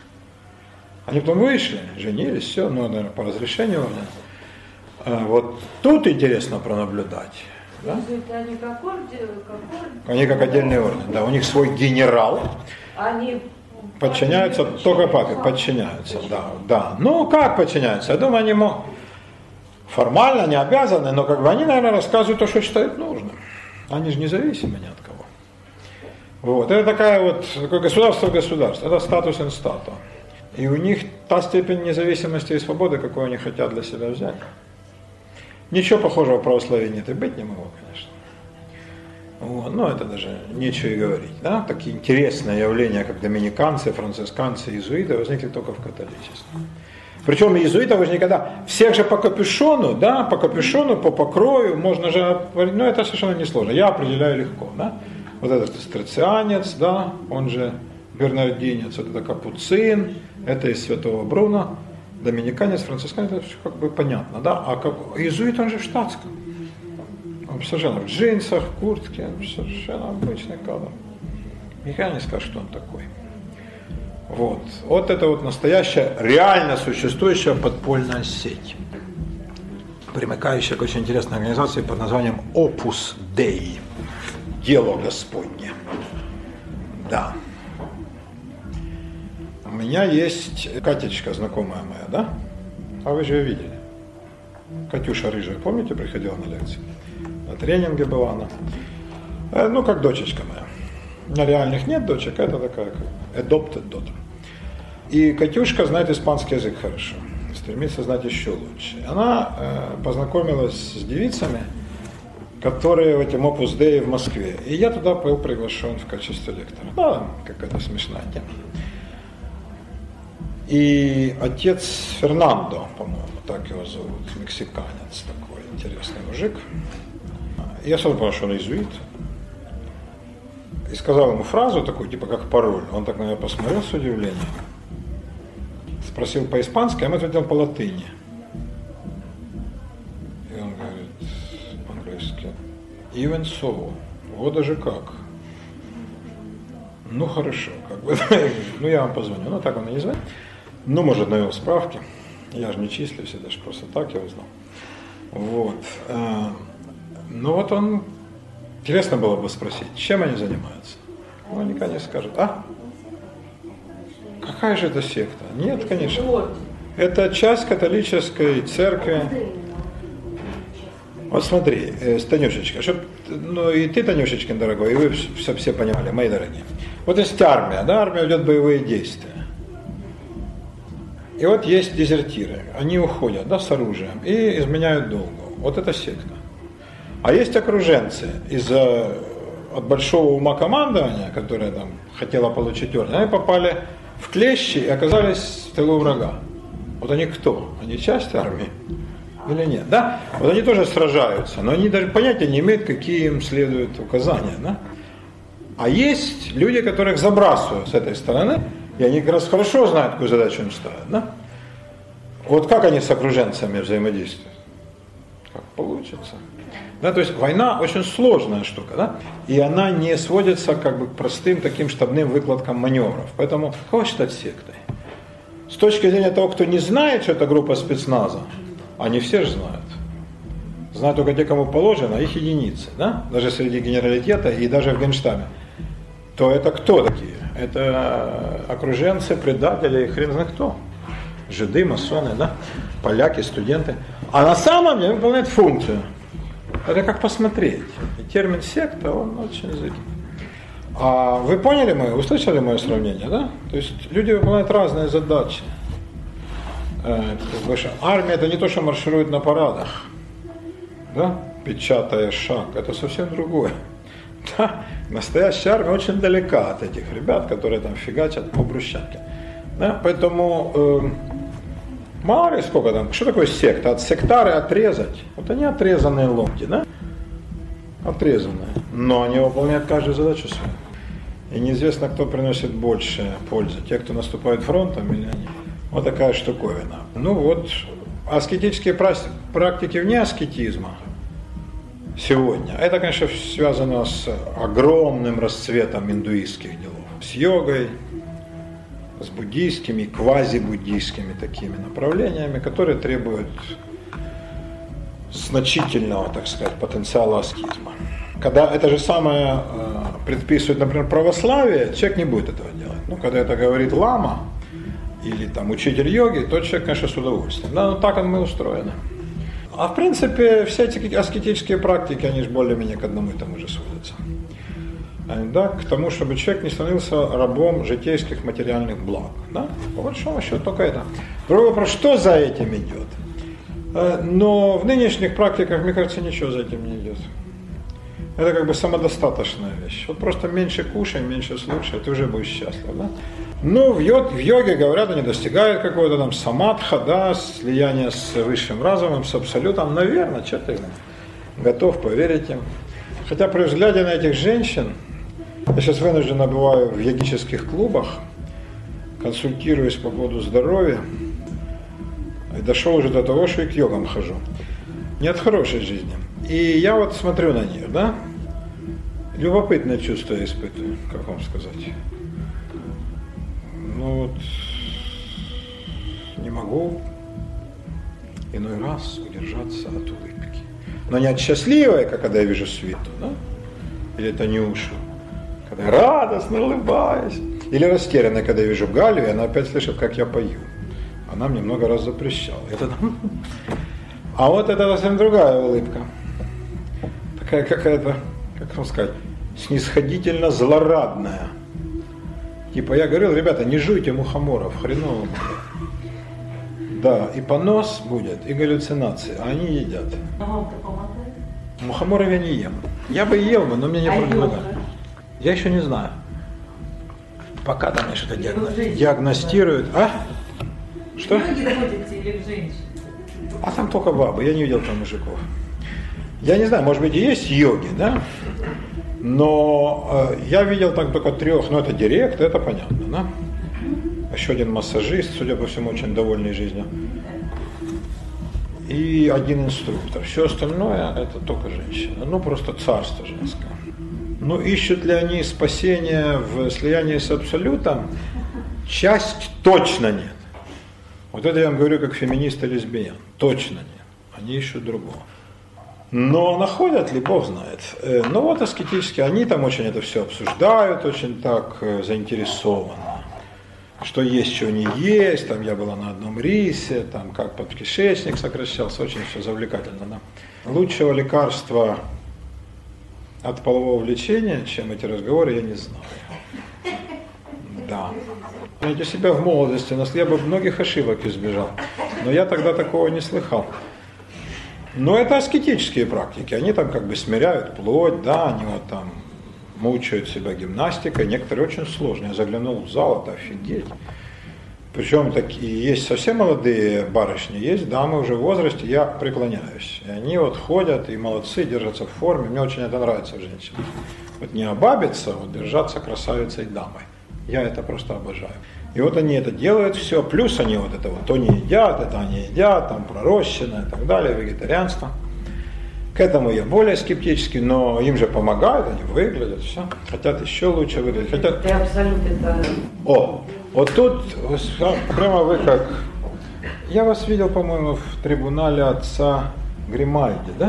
[SPEAKER 1] Они потом вышли, женились, все, ну, наверное, по разрешению ордена. Вот тут интересно пронаблюдать. Да?
[SPEAKER 3] Иезуиты, они как орден?
[SPEAKER 1] Они как отдельный орден, да, у них свой генерал.
[SPEAKER 3] Они
[SPEAKER 1] подчиняются только папе, подчиняются, да. Ну, как подчиняются? Я думаю, они формально не обязаны, но как бы они, наверное, рассказывают то, что считают нужным. Они же независимы ни от кого. Вот. Это такое государство, это статус ин статус. И у них та степень независимости и свободы, какую они хотят для себя взять. Ничего похожего в православии нет и быть не могло, конечно. Вот. Но это даже нечего и говорить. Да? Такие интересные явления, как доминиканцы, францисканцы, иезуиты, возникли только в католичестве. Причем иезуитов уже никогда, всех же по капюшону, да, по покрою, можно же, ну это совершенно несложно, я определяю легко, да. Вот этот стрицианец, да, он же бернардинец, вот это капуцин, это из святого Бруно, Доминиканец, францисканец, это все как бы понятно, да? А как иезуит, он же в штатском. Он совершенно в джинсах, в куртке, совершенно обычный кадр. Никогда не скажешь, что он такой. Вот это вот настоящая, реально существующая подпольная сеть, примыкающая к очень интересной организации под названием Opus Dei. Дело Господне. Да. У меня есть Катечка, знакомая моя, да? А вы же ее видели. Катюша Рыжая, помните, приходила на лекции? На тренинге была она. Ну, как дочечка моя. У меня реальных нет дочек, это такая adopted daughter. И Катюшка знает испанский язык хорошо, стремится знать еще лучше. Она познакомилась с девицами, которые в этом Opus Dei в Москве. И я туда был приглашен в качестве лектора. Да, какая-то смешная тема. И отец Фернандо, по-моему, так его зовут, мексиканец такой, интересный мужик. Я сразу понял, что он иезуит. И сказал ему фразу такую, типа как пароль. Он так на меня посмотрел с удивлением. Спросил по-испански, а мы ответил по-латыни. И он говорит по-английски: even so, вот даже как. Ну хорошо, как бы. Ну я вам позвоню. Ну так он и не звонит. Ну, может, навел справки. Я же не числюсь, я даже просто так я узнал. Вот. Ну вот он, интересно было бы спросить, чем они занимаются. Ну, он никогда не скажет. А? Какая же это секта? Нет, конечно. Это часть католической церкви. Вот смотри, Танюшечка, ну и ты, Танюшечкин, дорогой, и вы все понимали, мои дорогие. Вот есть армия, да, армия ведет боевые действия. И вот есть дезертиры, они уходят, да, с оружием и изменяют долгу. Вот это секта. А есть окруженцы от большого ума командования, которое там хотело получить орден, они попали в клещи и оказались в тылу врага. Вот они кто? Они часть армии или нет? Да? Вот они тоже сражаются, но они даже понятия не имеют, какие им следуют указания. Да? А есть люди, которых забрасывают с этой стороны, и они как раз хорошо знают, какую задачу им ставят. Да? Вот как они с окруженцами взаимодействуют? Как получится. Да, то есть война очень сложная штука, да? И она не сводится как бы к простым таким штабным выкладкам маневров. Поэтому кого считать сектой? С точки зрения того, кто не знает, что это группа спецназа, они все же знают. Знают только те, кому положено, их единицы, да? Даже среди генералитета и даже в Генштабе. То это кто такие? Это окруженцы, предатели и хрен знает кто. Жиды, масоны, да? Поляки, студенты. А на самом деле выполняет функцию. Это как посмотреть. И термин секта, он очень языкий. А вы поняли услышали мое сравнение, да? То есть люди выполняют разные задачи. Армия это не то, что марширует на парадах, да? Печатая шаг, это совсем другое. Да? Настоящая армия очень далека от этих ребят, которые там фигачат по брусчатке. Да? Поэтому мало ли сколько там, что такое секта? От сектары отрезать. Вот они отрезанные ломти, да? Отрезанные. Но они выполняют каждую задачу свою. И неизвестно, кто приносит больше пользы. Те, кто наступает фронтом, или они. Вот такая штуковина. Ну вот, аскетические практики вне аскетизма сегодня. Это, конечно, связано с огромным расцветом индуистских делов. С йогой, с буддийскими, квазибуддийскими такими направлениями, которые требуют значительного, так сказать, потенциала аскетизма. Когда это же самое предписывает, например, православие, человек не будет этого делать. Ну, когда это говорит лама или там учитель йоги, то человек, конечно, с удовольствием. Да, но так мы устроены. А в принципе, все эти аскетические практики, они же более-менее к одному и тому же сводятся. Да, к тому, чтобы человек не становился рабом житейских материальных благ. Да? По большому счету только это. Другой вопрос, что за этим идет? Но в нынешних практиках, мне кажется, ничего за этим не идет. Это как бы самодостаточная вещь. Вот просто меньше кушай, меньше слушай, ты уже будешь счастлив. Да? Ну, в йоге, говорят, они достигают какого-то там самадха, да, слияния с высшим разумом, с абсолютом. Наверное, что ты готов поверить им. Хотя при взгляде на этих женщин, я сейчас вынужденно бываю в йогических клубах, консультируюсь по поводу здоровья. И дошел уже до того, что и к йогам хожу. Не от хорошей жизни. И я вот смотрю на нее, да? Любопытное чувство я испытываю, как вам сказать. Ну вот, не могу иной раз удержаться от улыбки. Но не от счастливой, как когда я вижу Свету, да? Или Танюшу, когда я радостно улыбаюсь. Или растерянной, когда я вижу Галю, и она опять слышит, как я пою. Она мне много раз запрещала. А вот это совсем другая улыбка. Такая какая-то, как вам сказать, снисходительно злорадная. Типа я говорил, ребята, не жуйте мухоморов, хреново будет. Да, и понос будет, и галлюцинации, а они едят.
[SPEAKER 3] А вам-то помогает?
[SPEAKER 1] Мухоморов я не ем. Я бы ел, но мне не предлагают. Я еще не знаю. Пока там мне что-то диагностируют. А? Что?
[SPEAKER 3] Люди ходят или женщины?
[SPEAKER 1] А там только бабы, я не видел там мужиков. Я не знаю, может быть и есть йоги, да? Но я видел там только 3, ну это директ, это понятно, да? Еще один массажист, судя по всему, очень довольный жизнью. И 1 инструктор. Все остальное это только женщина. Ну просто царство женское. Ну ищут ли они спасения в слиянии с абсолютом? Часть точно нет. Вот это я вам говорю как феминист и лесбиян. Точно нет. Они ищут другого. Но находят ли, Бог знает. Ну вот аскетически, они там очень это все обсуждают, очень так заинтересованно. Что есть, что не есть, там я была на одном рисе, там как подкишечник сокращался, очень все завлекательно. Да? Лучшего лекарства от полового влечения, чем эти разговоры, я не знаю. Да. Знаете, себя в молодости, я бы многих ошибок избежал, но я тогда такого не слыхал. Но это аскетические практики, они там как бы смиряют плоть, да, они вот там мучают себя гимнастикой, некоторые очень сложные. Я заглянул в зал, это офигеть. Причем такие есть совсем молодые барышни, есть дамы уже в возрасте, я преклоняюсь. И они вот ходят и молодцы, держатся в форме, мне очень это нравится в женщинах. Вот не обабиться, вот держаться красавицей дамой. Я это просто обожаю. И вот они это делают все, плюс они вот это вот то не едят, это они едят, там пророщенное и так далее, вегетарианство. К этому я более скептический, но им же помогают, они выглядят, все, хотят еще лучше выглядеть. Хотят...
[SPEAKER 3] Ты абсолютно это...
[SPEAKER 1] О, вот тут прямо вы как... Я вас видел, по-моему, в трибунале отца Гримальди, да?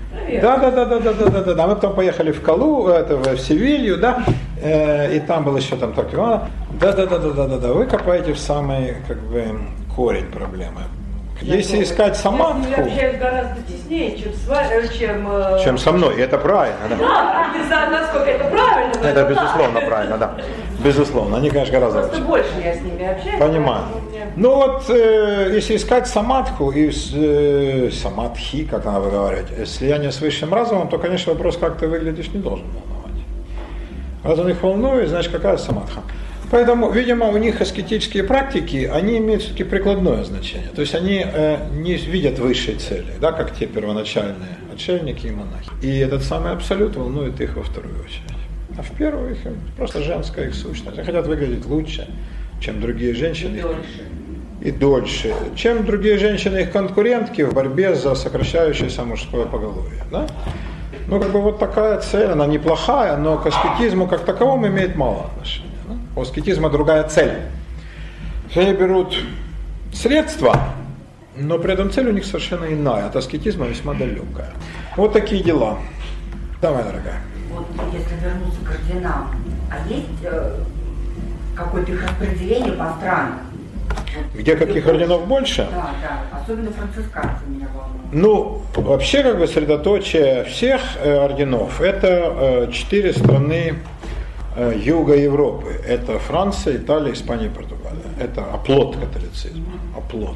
[SPEAKER 1] Да. Мы потом поехали в Калу, в Севилью, да, и там был еще там Торквемада. Да. Вы копаете в самый, как бы, корень проблемы. Если искать самадху...
[SPEAKER 3] Я общаюсь гораздо теснее,
[SPEAKER 1] чем со мной, и это правильно, да.
[SPEAKER 3] Да, не знаю, насколько это правильно.
[SPEAKER 1] Это безусловно правильно, да. Безусловно, они, конечно, гораздо
[SPEAKER 3] просто больше я с ними общаюсь.
[SPEAKER 1] Понимаю. Ну вот, если искать самадху и самадхи, как она выговаривает, слияние с высшим разумом, то, конечно, вопрос, как ты выглядишь, не должен волновать. Раз он их волнует, значит, какая самадха? Поэтому, видимо, у них аскетические практики, они имеют все-таки прикладное значение. То есть они не видят высшей цели, да, как те первоначальные отшельники и монахи. И этот самый абсолют волнует их во вторую очередь. А в первую их просто женская их сущность. Они хотят выглядеть лучше, чем другие женщины. И дольше. Чем другие женщины их конкурентки в борьбе за сокращающееся мужское поголовье. Да? Ну, как бы вот такая цель, она неплохая, но к аскетизму как таковому имеет мало отношения. У аскетизма другая цель. Они берут средства, но при этом цель у них совершенно иная. От аскетизма весьма далекая. Вот такие дела. Давай, дорогая.
[SPEAKER 6] Вот если вернуться к орденам, а есть какое-то их распределение по странам?
[SPEAKER 1] Где каких орденов больше?
[SPEAKER 6] Да, особенно францисканцы меня волнуют.
[SPEAKER 1] Ну, вообще, как бы средоточие всех орденов, это 4 страны юга Европы. Это Франция, Италия, Испания и Португалия. Это оплот католицизма. Оплот.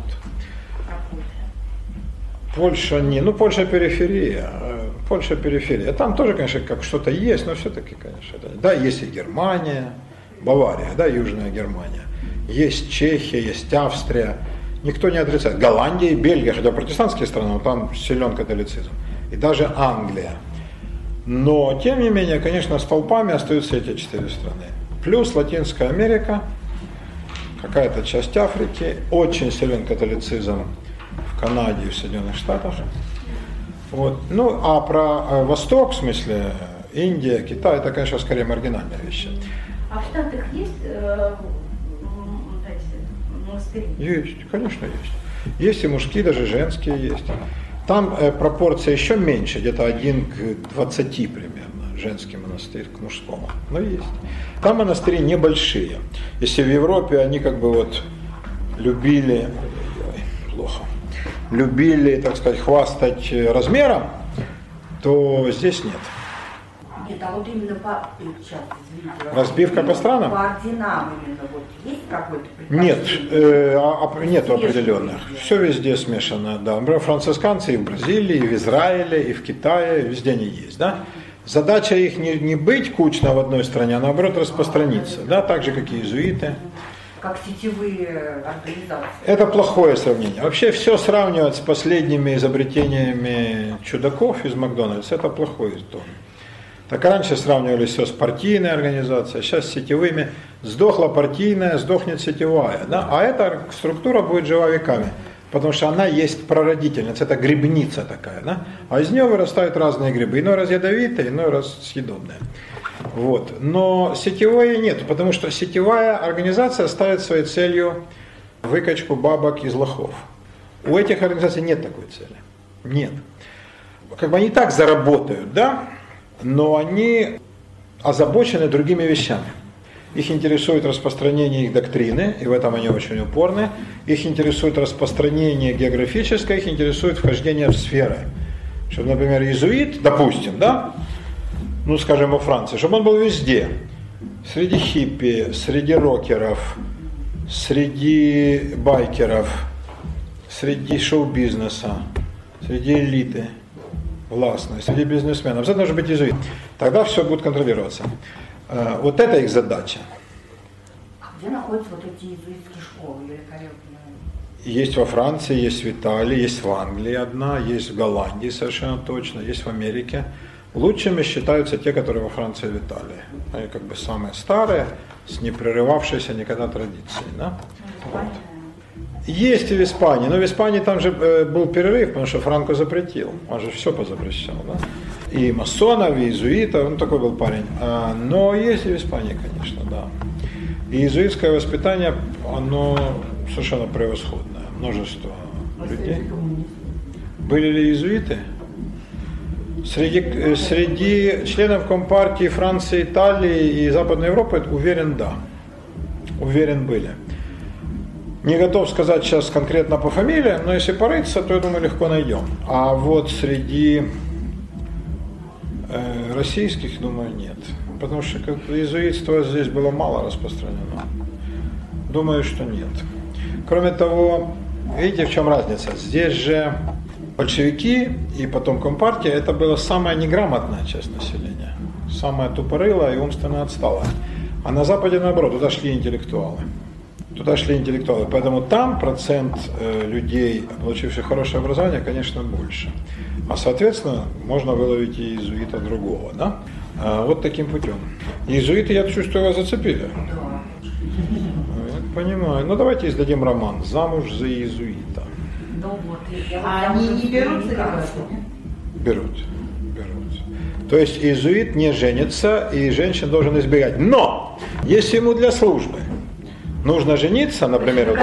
[SPEAKER 1] Польша не, ну Польша периферия. Польша периферия. Там тоже, конечно, как что-то есть, но все-таки, конечно, это, да, есть и Германия, Бавария, да, Южная Германия. Есть Чехия, есть Австрия. Никто не отрицает. Голландия и Бельгия, хотя протестантские страны, но там силен католицизм. И даже Англия. Но, тем не менее, конечно, столпами остаются эти 4 страны. Плюс Латинская Америка, какая-то часть Африки, очень силен католицизм в Канаде и в Соединенных Штатах. Вот. Ну, а про Восток, в смысле Индия, Китай, это, конечно, скорее маргинальные вещи.
[SPEAKER 2] А в Штатах есть монастыри?
[SPEAKER 1] Есть, конечно, есть. Есть и мужские, даже женские есть. Там пропорция еще меньше, где-то 1 к 20 примерно, женский монастырь к мужскому. Но есть. Там монастыри небольшие. Если в Европе они как бы вот любили, так сказать, хвастать размером, то здесь нет.
[SPEAKER 6] Нет, а вот именно по... Сейчас, извините.
[SPEAKER 1] Разбивка по странам?
[SPEAKER 6] По орденам именно вот есть какой-то
[SPEAKER 1] Нет,
[SPEAKER 6] предпочтение?
[SPEAKER 1] нету определенных. Все везде смешано, да. Например, францисканцы и в Бразилии, и в Израиле, и в Китае, везде они есть, да. Задача их не быть кучно в одной стране, а наоборот распространиться, да, так же, как и иезуиты.
[SPEAKER 6] Как сетевые организации.
[SPEAKER 1] Это плохое сравнение. Вообще все сравнивать с последними изобретениями чудаков из Макдональдса, это плохой тон. Так раньше сравнивали все с партийной организацией, сейчас с сетевыми. Сдохла партийная, сдохнет сетевая. Да? А эта структура будет жива веками, потому что она есть прародительница, это грибница такая. Да? А из нее вырастают разные грибы, иной раз ядовитые, иной раз съедобные. Вот. Но сетевой нет, потому что сетевая организация ставит своей целью выкачку бабок из лохов. У этих организаций нет такой цели. Нет. Как бы они так заработают, да? Но они озабочены другими вещами. Их интересует распространение их доктрины, и в этом они очень упорны. Их интересует распространение географическое, их интересует вхождение в сферы. Чтобы, например, иезуит, допустим, да, ну, скажем, во Франции, чтобы он был везде. Среди хиппи, среди рокеров, среди байкеров, среди шоу-бизнеса, среди элиты властной, среди бизнесменов. Это должен быть иезуит. Тогда все будет контролироваться. Вот это их задача.
[SPEAKER 6] А где находятся вот эти иезуитские школы великолепные?
[SPEAKER 1] Есть во Франции, есть в Италии, есть в Англии одна, есть в Голландии совершенно точно, есть в Америке. Лучшими считаются те, которые во Франции и в Италии. Они как бы самые старые, с не прерывавшейся никогда традицией. Да? Вот. Есть и в Испании, но в Испании там же был перерыв, потому что Франко запретил, он же все позапрещал. Да? И масонов, и иезуитов, он такой был парень. Но есть и в Испании, конечно, да. И иезуитское воспитание, оно совершенно превосходное. Множество людей. Были ли иезуиты? Среди членов Компартии Франции, Италии и Западной Европы, уверен, да. Уверен, были. Не готов сказать сейчас конкретно по фамилии, но если порыться, то, я думаю, легко найдем. А вот среди российских, думаю, нет. Потому что иезуитство здесь было мало распространено. Думаю, что нет. Кроме того, видите, в чем разница? Здесь же большевики и потом Компартия, это была самая неграмотная часть населения. Самая тупорылая и умственно отсталая. А на Западе, наоборот, туда шли интеллектуалы. Поэтому там процент людей, получивших хорошее образование, конечно, больше. А, соответственно, можно выловить и иезуита другого. Да? Вот таким путем. Иезуиты, я чувствую, вас зацепили.
[SPEAKER 6] Да.
[SPEAKER 1] Я понимаю. Ну, давайте издадим роман «Замуж за иезуита».
[SPEAKER 6] Ну вот,
[SPEAKER 2] А они не берутся ли вас?
[SPEAKER 1] Берут. То есть иезуит не женится, и женщин должен избегать. Но, если ему для службы нужно жениться, например,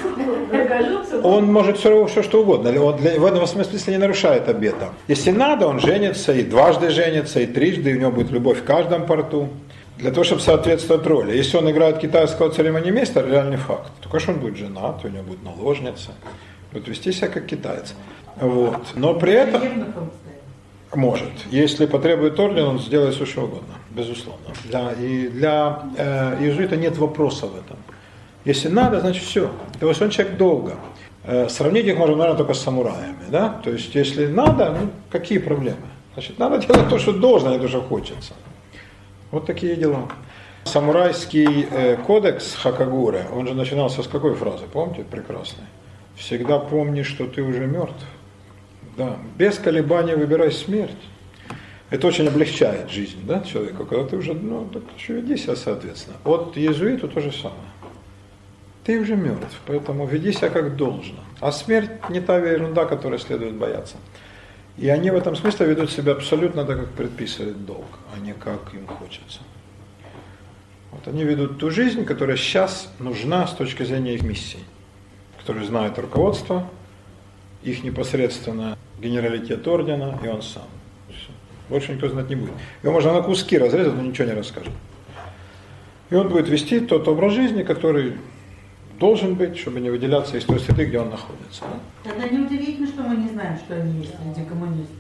[SPEAKER 1] он может все что угодно. Он в этом смысле не нарушает обета. Если надо, он женится, и дважды женится, и трижды, и у него будет любовь в каждом порту. Для того, чтобы соответствовать роли. Если он играет китайского церемонимейстера, реальный факт. Только что он будет женат, у него будет наложница, будет вести себя как китаец. Вот. Но при этом может. Если потребует орден, он сделает все, что угодно. Безусловно. Да, и для иезуита нет вопроса в этом. Если надо, значит все. Потому что он человек долго. Сравнить их можно, наверное, только с самураями. Да? То есть, если надо, ну, какие проблемы? Значит, надо делать то, что должно, а не то, что хочется. Вот такие дела. Самурайский кодекс Хакагуры, он же начинался с какой фразы? Помните, прекрасной? Всегда помни, что ты уже мертв. Да. Без колебаний выбирай смерть. Это очень облегчает жизнь, да, человеку, когда ты уже, ну, так еще веди себя соответственно. Вот иезуиту то же самое. Ты уже мертв, поэтому веди себя как должно. А смерть не та ерунда, которой следует бояться. И они в этом смысле ведут себя абсолютно так, как предписывает долг, а не как им хочется. Вот они ведут ту жизнь, которая сейчас нужна с точки зрения их миссии, которую знает руководство, их непосредственно генералитет ордена и он сам. Все. Больше никто знать не будет. Его можно на куски разрезать, но ничего не расскажет. И он будет вести тот образ жизни, который должен быть, чтобы не выделяться из той среды, где он находится. Да?
[SPEAKER 7] Тогда неудивительно, что мы не знаем, что они есть среди коммунистов.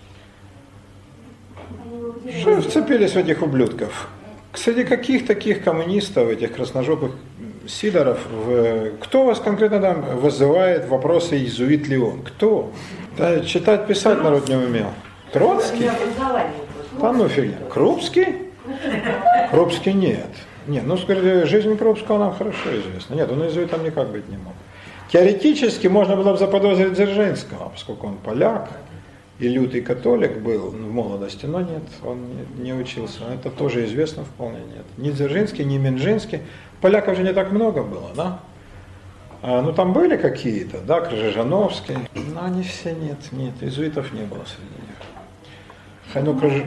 [SPEAKER 1] Что вцепились в этих ублюдков? Среди каких таких коммунистов, этих красножопых сидоров, кто вас конкретно там вызывает вопросы, иезуит ли он? Кто? Да, читать, писать народ не умел. Троцкий? Да ну фигня. Крупский? Крупский нет. Нет, ну скажите, жизнь Крупского нам хорошо известна. Нет, он иезуитом никак быть не мог. Теоретически можно было бы заподозрить Дзержинского, поскольку он поляк и лютый католик был в молодости, но нет, он не учился. Это тоже известно вполне, нет. Ни Дзержинский, ни Минжинский. Поляков же не так много было, да? Ну там были какие-то, да, Крыжановский, но они все нет, иезуитов не было среди них.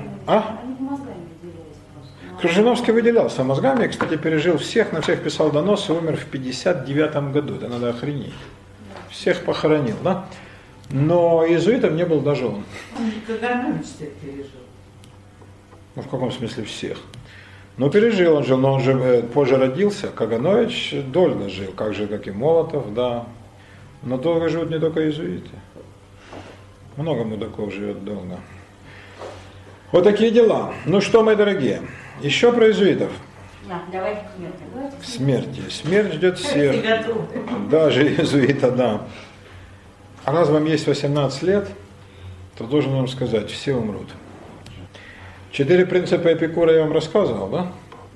[SPEAKER 1] Крыжановский выделялся мозгами, кстати, пережил всех, на всех писал доносы, умер в 59 году, это надо охренеть. Всех похоронил, да? Но иезуитом не был даже он.
[SPEAKER 7] Каганович всех пережил.
[SPEAKER 1] Ну в каком смысле всех? Ну пережил он же, но он же позже родился, Каганович долго жил, как и Молотов, да. Но долго живут не только иезуиты. Много мудаков живет долго. Вот такие дела. Ну что, мои дорогие, еще про иезуитов.
[SPEAKER 6] Давайте к смерти.
[SPEAKER 1] К смерти. Смерть ждет всех. Даже иезуита, да. А раз вам есть 18 лет, то должен вам сказать, все умрут. 4 принципа Эпикура я вам рассказывал, да?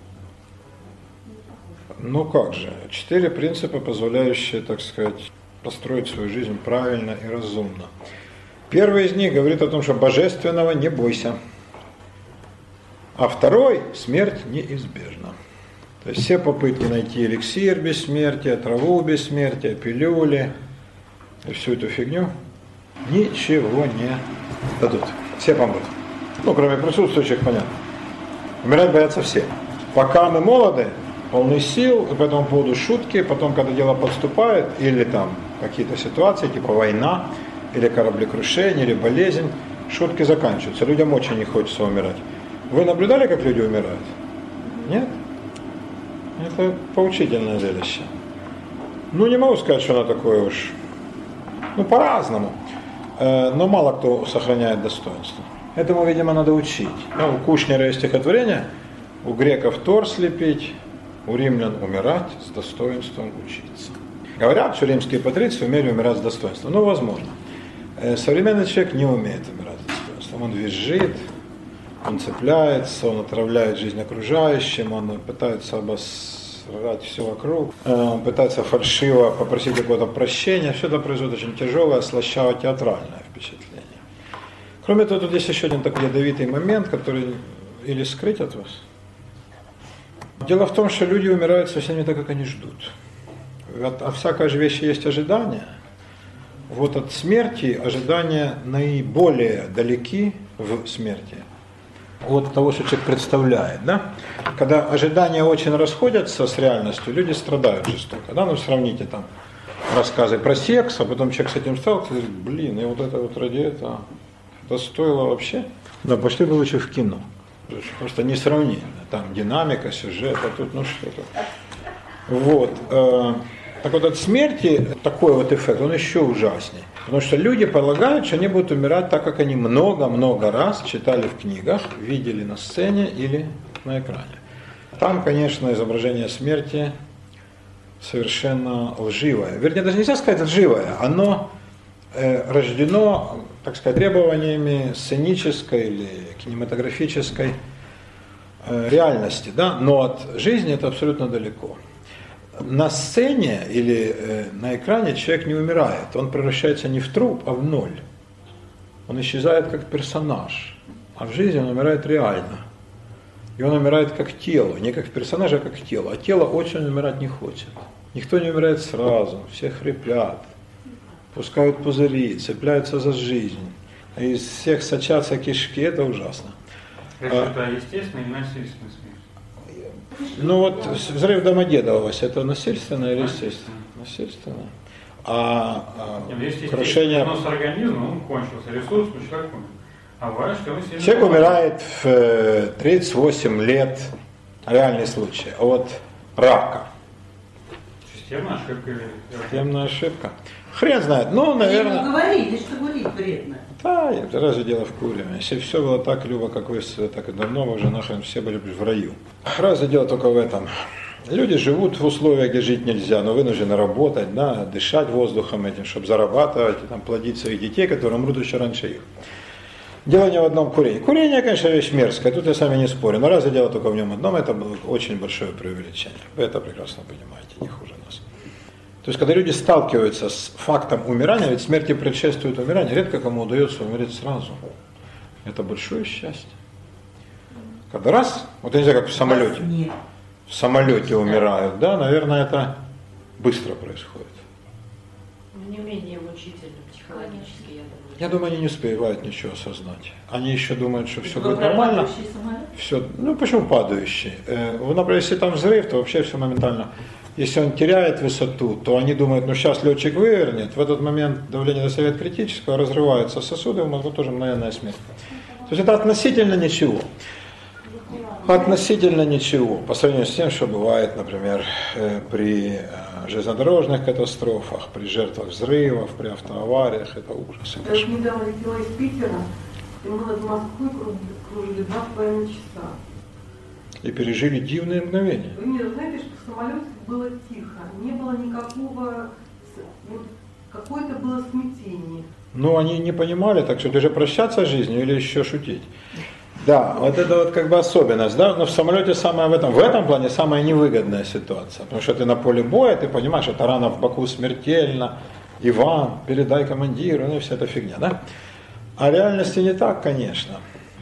[SPEAKER 1] Ну как же, 4 принципа, позволяющие, так сказать, построить свою жизнь правильно и разумно. Первый из них говорит о том, что божественного не бойся. А второй – смерть неизбежна. То есть все попытки найти эликсир бессмертия, траву бессмертия, пилюли и всю эту фигню ничего не дадут. Все помрут. Ну, кроме присутствующих, понятно. Умирать боятся все. Пока мы молоды, полны сил, и по этому поводу шутки, потом, когда дело подступает, или там какие-то ситуации, типа война, или кораблекрушение, или болезнь, шутки заканчиваются. Людям очень не хочется умирать. Вы наблюдали, как люди умирают? Нет? Это поучительное зрелище. Ну, не могу сказать, что оно такое уж. Ну, по-разному. Но мало кто сохраняет достоинство. Этому, видимо, надо учить. Ну, у Кушнера есть стихотворение, у греков торс лепить, у римлян умирать, с достоинством учиться. Говорят, что римские патриции умели умирать с достоинством. Ну, возможно. Современный человек не умеет умирать с достоинством. Он визжит, он цепляется, он отравляет жизнь окружающим, он пытается обосрать все вокруг, он пытается фальшиво попросить какого-то прощения. Все это производит очень тяжелое, слащаво-театральное впечатление. Кроме того, тут есть еще один такой ядовитый момент, который или скрыть от вас. Дело в том, что люди умирают совсем не так, как они ждут. А всякой же вещи есть ожидания. Вот от смерти ожидания наиболее далеки в смерти от того, что человек представляет. Да? Когда ожидания очень расходятся с реальностью, люди страдают жестоко. Да? Ну, сравните там рассказы про секс, а потом человек с этим сталкивается и говорит, блин, и вот это вот ради этого это стоило вообще. Да, пошли бы лучше в кино. Просто несравнимо. Там динамика, сюжет, а тут ну что-то. Вот. Так вот от смерти такой вот эффект, он еще ужаснее. Потому что люди полагают, что они будут умирать так, как они много-много раз читали в книгах, видели на сцене или на экране. Там, конечно, изображение смерти совершенно лживое. Вернее, даже нельзя сказать лживое, оно рождено, так сказать, требованиями сценической или кинематографической реальности, да? Но от жизни это абсолютно далеко. На сцене или на экране человек не умирает, он превращается не в труп, а в ноль. Он исчезает как персонаж, а в жизни он умирает реально. И он умирает как тело, не как персонаж, а как тело. А тело очень умирать не хочет. Никто не умирает сразу, все хрипят, пускают пузыри, цепляются за жизнь. Из всех сочатся кишки, это ужасно.
[SPEAKER 5] Это естественная или насильственная смерть?
[SPEAKER 1] Ну вот взрыв Домодедово, Вася, это насильственное или естественное? Насильственное. Крушение...
[SPEAKER 5] Нос организма, он кончился, ресурс, человек умер. А бывает, что он сильно...
[SPEAKER 1] Человек умирает в 38 лет, реальный случай, от рака.
[SPEAKER 5] Системная ошибка или...
[SPEAKER 1] Системная ошибка. Хрен знает, ну, наверное...
[SPEAKER 7] Ему говорили, что курить вредно.
[SPEAKER 1] Да, разве дело в куре. Если все было так, Люба, как вы, так и давно, мы уже нахрен все были в раю. Разве дело только в этом. Люди живут в условиях, где жить нельзя, но вынуждены работать, да, дышать воздухом этим, чтобы зарабатывать, и, там, плодить своих детей, которые умрут еще раньше их. Дело не в одном курении. Курение, конечно, вещь мерзкая, тут я с вами не спорю, но разве дело только в нем одном, это было очень большое преувеличение. Вы это прекрасно понимаете, не хуже нас. То есть, когда люди сталкиваются с фактом умирания, ведь смерти предшествует умирание, редко кому удается умереть сразу. Это большое счастье. Когда раз, вот я не знаю, как в самолете.
[SPEAKER 7] Нет.
[SPEAKER 1] В самолете умирают, да, наверное, это быстро происходит.
[SPEAKER 3] Ну, не менее мучительно психологически, я думаю.
[SPEAKER 1] Я думаю, они не успевают ничего осознать. Они еще думают, что все
[SPEAKER 7] Вы
[SPEAKER 1] будет
[SPEAKER 7] про
[SPEAKER 1] нормально.
[SPEAKER 7] падающий самолет?
[SPEAKER 1] Все, ну почему падающий? Например, если там взрыв, то вообще все моментально. Если он теряет высоту, то они думают, ну сейчас летчик вывернет, в этот момент давление достигает критического, разрываются сосуды, в мозгу тоже мгновенная смерть. То есть это относительно ничего. Относительно ничего, по сравнению с тем, что бывает, например, при железнодорожных катастрофах, при жертвах взрывов, при автоавариях, это ужас.
[SPEAKER 4] Я вот недавно летела из Питера, и мы над Москвой кружили 2,5 часа.
[SPEAKER 1] И пережили дивные мгновения.
[SPEAKER 4] Вы мне знаете, что в самолете было тихо, не было никакого, вот, какое-то было смятение.
[SPEAKER 1] Ну, они не понимали, так что уже прощаться с жизнью или еще шутить. Да, вот это вот как бы особенность, да, но в самолете самое в этом плане самая невыгодная ситуация, потому что ты на поле боя, ты понимаешь, это рана в боку смертельно, Иван, передай командиру, ну и вся эта фигня, да. А в реальности не так, конечно.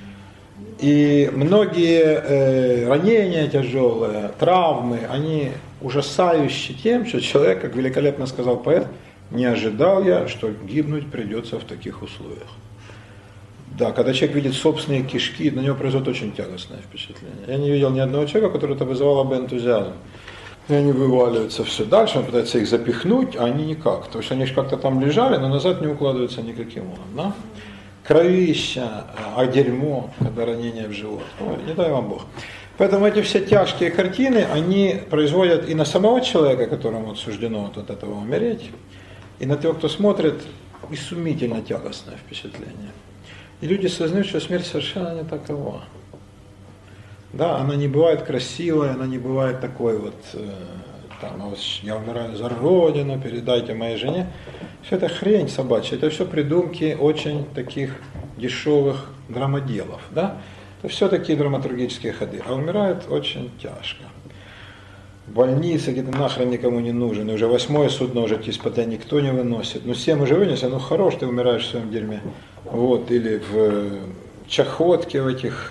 [SPEAKER 1] И многие ранения тяжелые, травмы, они ужасающие тем, что человек, как великолепно сказал поэт, не ожидал я, что гибнуть придется в таких условиях. Да, когда человек видит собственные кишки, на него произойдет очень тягостное впечатление. Я не видел ни одного человека, который это вызывало бы энтузиазм. И они вываливаются все дальше, он пытается их запихнуть, а они никак. Потому что они же как-то там лежали, но назад не укладываются никаким образом. Да? Кровища, а дерьмо, когда ранение в живот. Ой, не дай вам Бог. Поэтому эти все тяжкие картины, они производят и на самого человека, которому суждено вот от этого умереть, и на того, кто смотрит, изумительно тягостное впечатление. И люди сознают, что смерть совершенно не такова. Да, она не бывает красивой, она не бывает такой вот, там, я умираю за Родину, передайте моей жене. Все это хрень собачья, это все придумки очень таких дешевых драмоделов. Да? Это все такие драматургические ходы, а умирают очень тяжко. В больнице где-то нахрен никому не нужен, и уже 8-е судно уже испытания никто не выносит. Ну 7 уже вынесли, ну хорош, ты умираешь в своем дерьме. Вот, или в чахотке,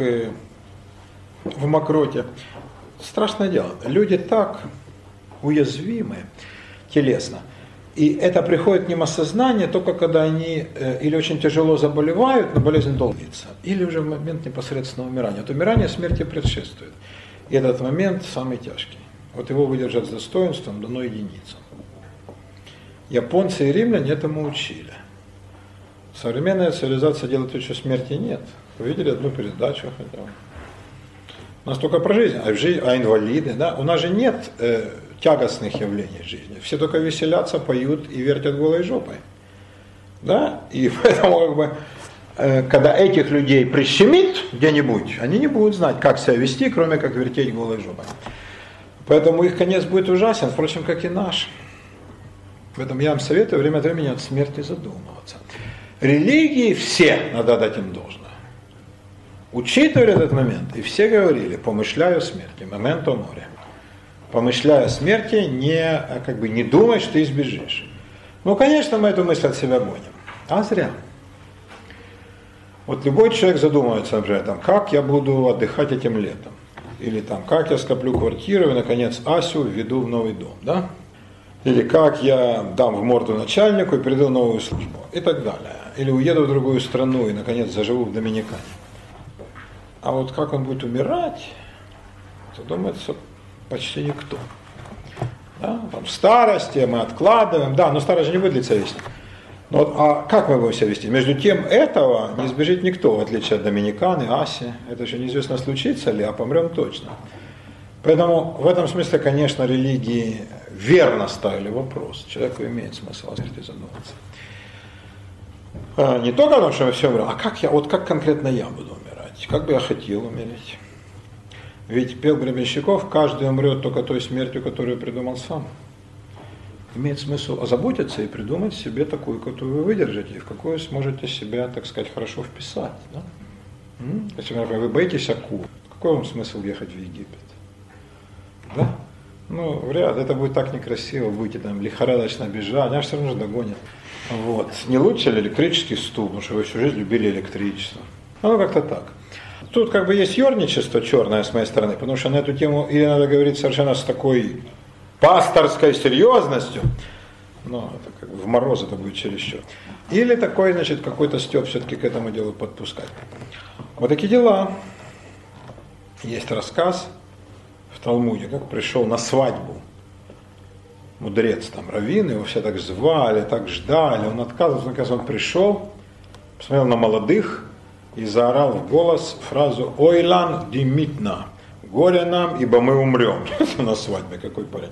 [SPEAKER 1] в мокроте. Страшное дело. Люди так уязвимы телесно. И это приходит к ним осознание только когда они или очень тяжело заболевают, но болезнь долгится, или уже в момент непосредственного умирания. Вот умирание смерти предшествует. И этот момент самый тяжкий. Вот его выдержать с достоинством дано единицам. Японцы и римляне этому учили. Современная цивилизация делает вид, что смерти нет. Вы видели одну передачу хотя бы? У нас только про жизнь, а инвалиды, да? У нас же нет тягостных явлений в жизни. Все только веселятся, поют и вертят голой жопой. Да? И поэтому как бы, когда этих людей прищемит где-нибудь, они не будут знать, как себя вести, кроме как вертеть голой жопой. Поэтому их конец будет ужасен, впрочем, как и наш. Поэтому я вам советую время от времени от смерти задумываться. Религии все, надо дать им должное, учитывали этот момент, и все говорили, помышляй о смерти, моменто море. Помышляй о смерти, не думай, что ты избежишь. Ну, конечно, мы эту мысль от себя гоним, а зря. Вот любой человек задумывается, например, там, как я буду отдыхать этим летом, или там, как я скоплю квартиру и, наконец, Асю введу в новый дом, да? Или как я дам в морду начальнику и приду в новую службу. И так далее. Или уеду в другую страну и, наконец, заживу в Доминикане. А вот как он будет умирать, то думается почти никто. Да? Там старости мы откладываем. Да, но старость же не будет длиться вечно. Но вот, а как мы будем себя вести? Между тем этого не избежит никто, в отличие от Доминиканы, Аси. Это еще неизвестно, случится ли, а помрем точно. Поэтому в этом смысле, конечно, религии верно ставили вопрос. Человеку имеет смысл о смерти задуматься. Не только о том, что мы все умрем, а как конкретно я буду умирать? Как бы я хотел умереть? Ведь пел Гребенщиков, каждый умрет только той смертью, которую придумал сам. Имеет смысл озаботиться и придумать себе такую, которую вы выдержите, и в какую сможете себя, так сказать, хорошо вписать. Да? Если, например, вы боитесь акул, какой вам смысл ехать в Египет? Да? Ну, вряд ли, это будет так некрасиво, будете там лихорадочно бежать, они все равно же догонят. Вот. Не лучше ли электрический стул, потому что вы всю жизнь любили электричество? Ну, как-то так. Тут как бы есть ерничество черное с моей стороны, потому что на эту тему или надо говорить совершенно с такой пасторской серьезностью, но это как бы в мороз это будет чересчур. Или такой, значит, какой-то стёб все-таки к этому делу подпускать. Вот такие дела. Есть рассказ в Талмуде, как пришел на свадьбу мудрец, там, раввин, его все так звали, так ждали, он отказывался, наконец он пришел, посмотрел на молодых и заорал в голос фразу «Ойлан димитна», «Горе нам, ибо мы умрем». На свадьбе какой парень.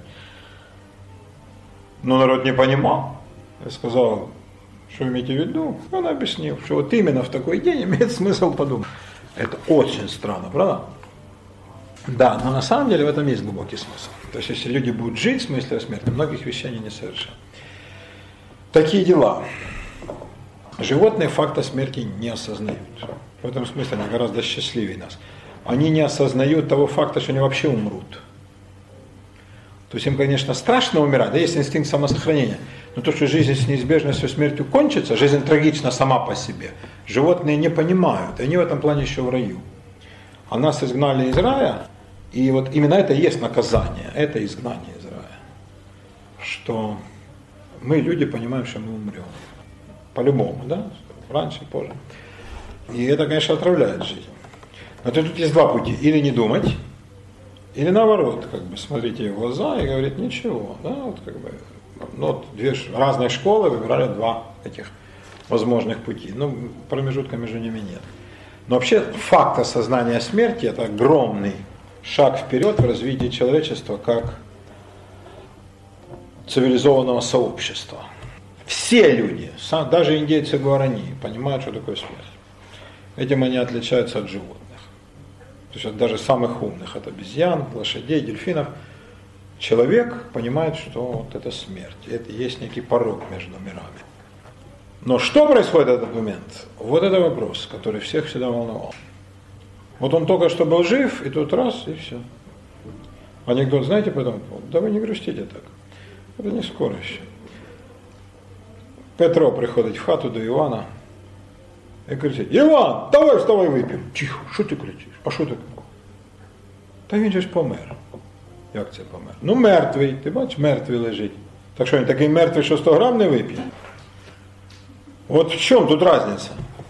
[SPEAKER 1] Но народ не понимал. Я сказал, что имеете в виду? Он объяснил, что вот именно в такой день имеет смысл подумать. Это очень странно, правда? Да, но на самом деле в этом есть глубокий смысл. То есть если люди будут жить в смысле о смерти, многих вещей они не совершат. Такие дела. Животные факта смерти не осознают. В этом смысле они гораздо счастливее нас. Они не осознают того факта, что они вообще умрут. То есть им, конечно, страшно умирать, да, есть инстинкт самосохранения. Но то, что жизнь с неизбежностью смертью кончится, жизнь трагична сама по себе, животные не понимают, и они в этом плане еще в раю. А нас изгнали из рая, и вот именно это и есть наказание, это изгнание из рая. Что мы, люди, понимаем, что мы умрем. По-любому, да? Раньше, позже. И это, конечно, отравляет жизнь. Но тут есть два пути. Или не думать, или наоборот, как бы смотрите в глаза и говорить ничего. Да? Вот, как бы, ну, вот две разные школы выбирали два этих возможных пути. Ну, промежутка между ними нет. Но вообще факт осознания смерти – это огромный шаг вперед в развитии человечества как цивилизованного сообщества. Все люди, даже индейцы Гуарани, понимают, что такое смерть. Этим они отличаются от животных. То есть от даже самых умных, от обезьян, лошадей, дельфинов. Человек понимает, что вот это смерть, это есть некий порог между мирами. Но что происходит в этот момент? Вот это вопрос, который всех всегда волновал. Вот он только что был жив, и тут раз, и все. Анекдот знаете по этому поводу? Да вы не грустите так. Это не скоро еще. Петро приходить в хату до Ивана и кричить: Иван, давай вставай выпьем. Тихо, що ти кричиш? А що таке? Та він же ж помер. Як це помер? Ну мертвий, ти бачиш, мертвий лежить. Так що він такий мертвий, що 100 грам не вип'є? Вот в чем тут разница?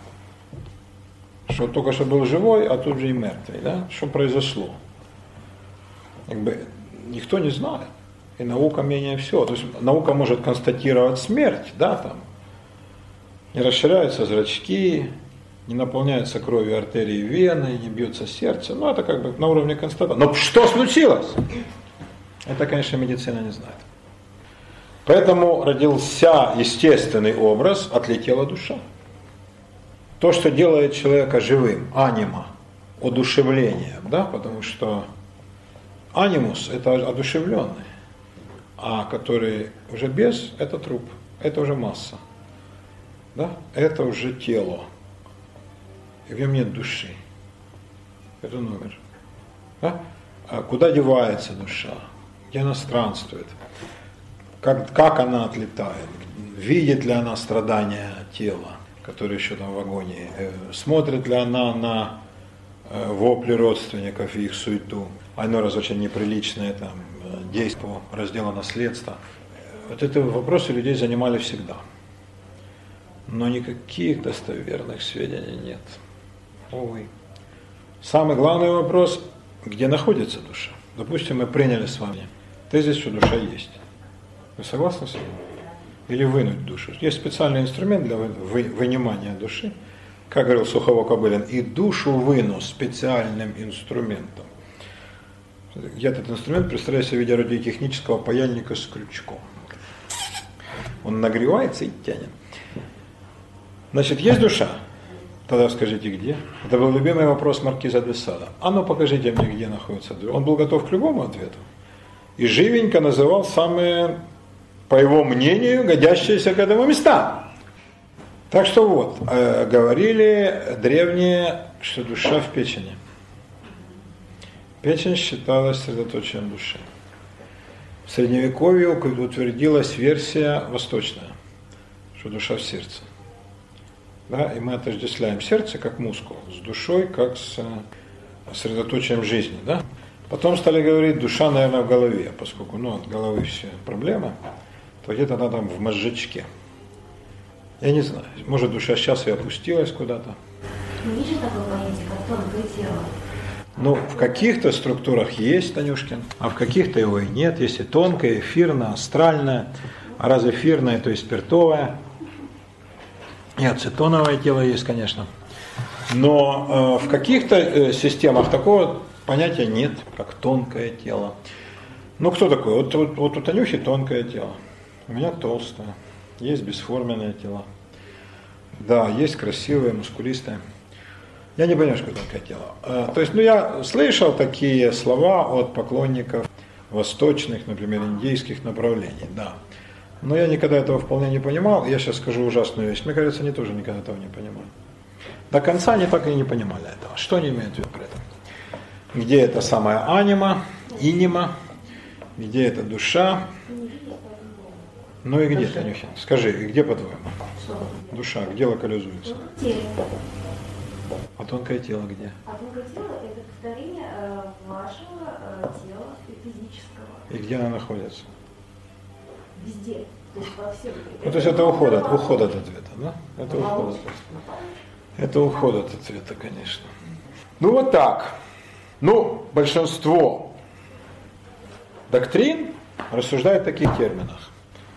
[SPEAKER 1] Что только что был живой, а тут же и мертвый, да? Что произошло? Как бы никто не знает. И наука менее всего. То есть наука может констатировать смерть, да, там. Не расширяются зрачки, не наполняются кровью артерии и вены, не бьется сердце. Ну, это как бы на уровне констатации. Но что случилось? Это, конечно, медицина не знает. Поэтому родился естественный образ, отлетела душа. То, что делает человека живым, анима, одушевление, да, потому что анимус – это одушевленный, а который уже без – это труп, это уже масса, да, это уже тело, и в нем нет души, это номер. Да? А куда девается душа, где она странствует? Как она отлетает, видит ли она страдания тела, которое еще там в агонии, смотрит ли она на вопли родственников и их суету, а иной раз очень неприличное там, действие по разделу наследства, Вот это вопросы людей занимали всегда. Но никаких достоверных сведений нет. Увы. Самый главный вопрос, где находится душа. Допустим, мы приняли с вами тезис, что душа есть. Вы согласны с этим? Или вынуть душу. Есть специальный инструмент для вынимания души. Как говорил Сухово-Кобылин, и душу выну специальным инструментом. Я этот инструмент представляю себе в виде радиотехнического паяльника с крючком. Он нагревается и тянет. Значит, есть душа? Тогда скажите, где? Это был любимый вопрос маркиза де Сада. А ну покажите мне, где находится душа. Он был готов к любому ответу. И живенько называл самые, по его мнению, годящиеся к этому места. Так что вот, говорили древние, что душа в печени. Печень считалась средоточием души. В Средневековье утвердилась версия восточная, что душа в сердце. Да, и мы отождествляем сердце как мускул, с душой как с средоточием жизни. Да? Потом стали говорить, душа, наверное, в голове, поскольку от головы все проблемы, то где-то она там в мозжечке. Я не знаю, может душа сейчас и опустилась куда-то.
[SPEAKER 8] Но есть же такое понятие, как тонкое тело.
[SPEAKER 1] Ну, в каких-то структурах есть, Танюшкин, а в каких-то его и нет. Есть и тонкое, эфирное, астральное, а раз эфирное, то и спиртовое. И ацетоновое тело есть, конечно. Но в каких-то системах такого понятия нет, как тонкое тело. Ну, кто такой? Вот у Танюхи тонкое тело, у меня толстое. Есть бесформенные тела. Да, есть красивые, мускулистые. Я не понимаю, что тонкое тело. То есть, я слышал такие слова от поклонников восточных, например, индийских направлений, да. Но я никогда этого вполне не понимал. Я сейчас скажу ужасную вещь. Мне кажется, они тоже никогда этого не понимали. До конца они так и не понимали этого. Что они имеют в виду при этом? Где это самая анима, инима, где это душа? Ну и где, Танюхин? Скажи, и где, по-твоему? Душа, где локализуется?
[SPEAKER 8] В теле.
[SPEAKER 1] А тонкое тело где?
[SPEAKER 8] А тонкое тело – это повторение вашего тела физического.
[SPEAKER 1] И где она находится?
[SPEAKER 8] Везде. То есть во всем.
[SPEAKER 1] Ну, то есть это уход от ответа, да? Это уход от ответа. Это уход от ответа, конечно. Ну вот так. Большинство доктрин рассуждает в таких терминах.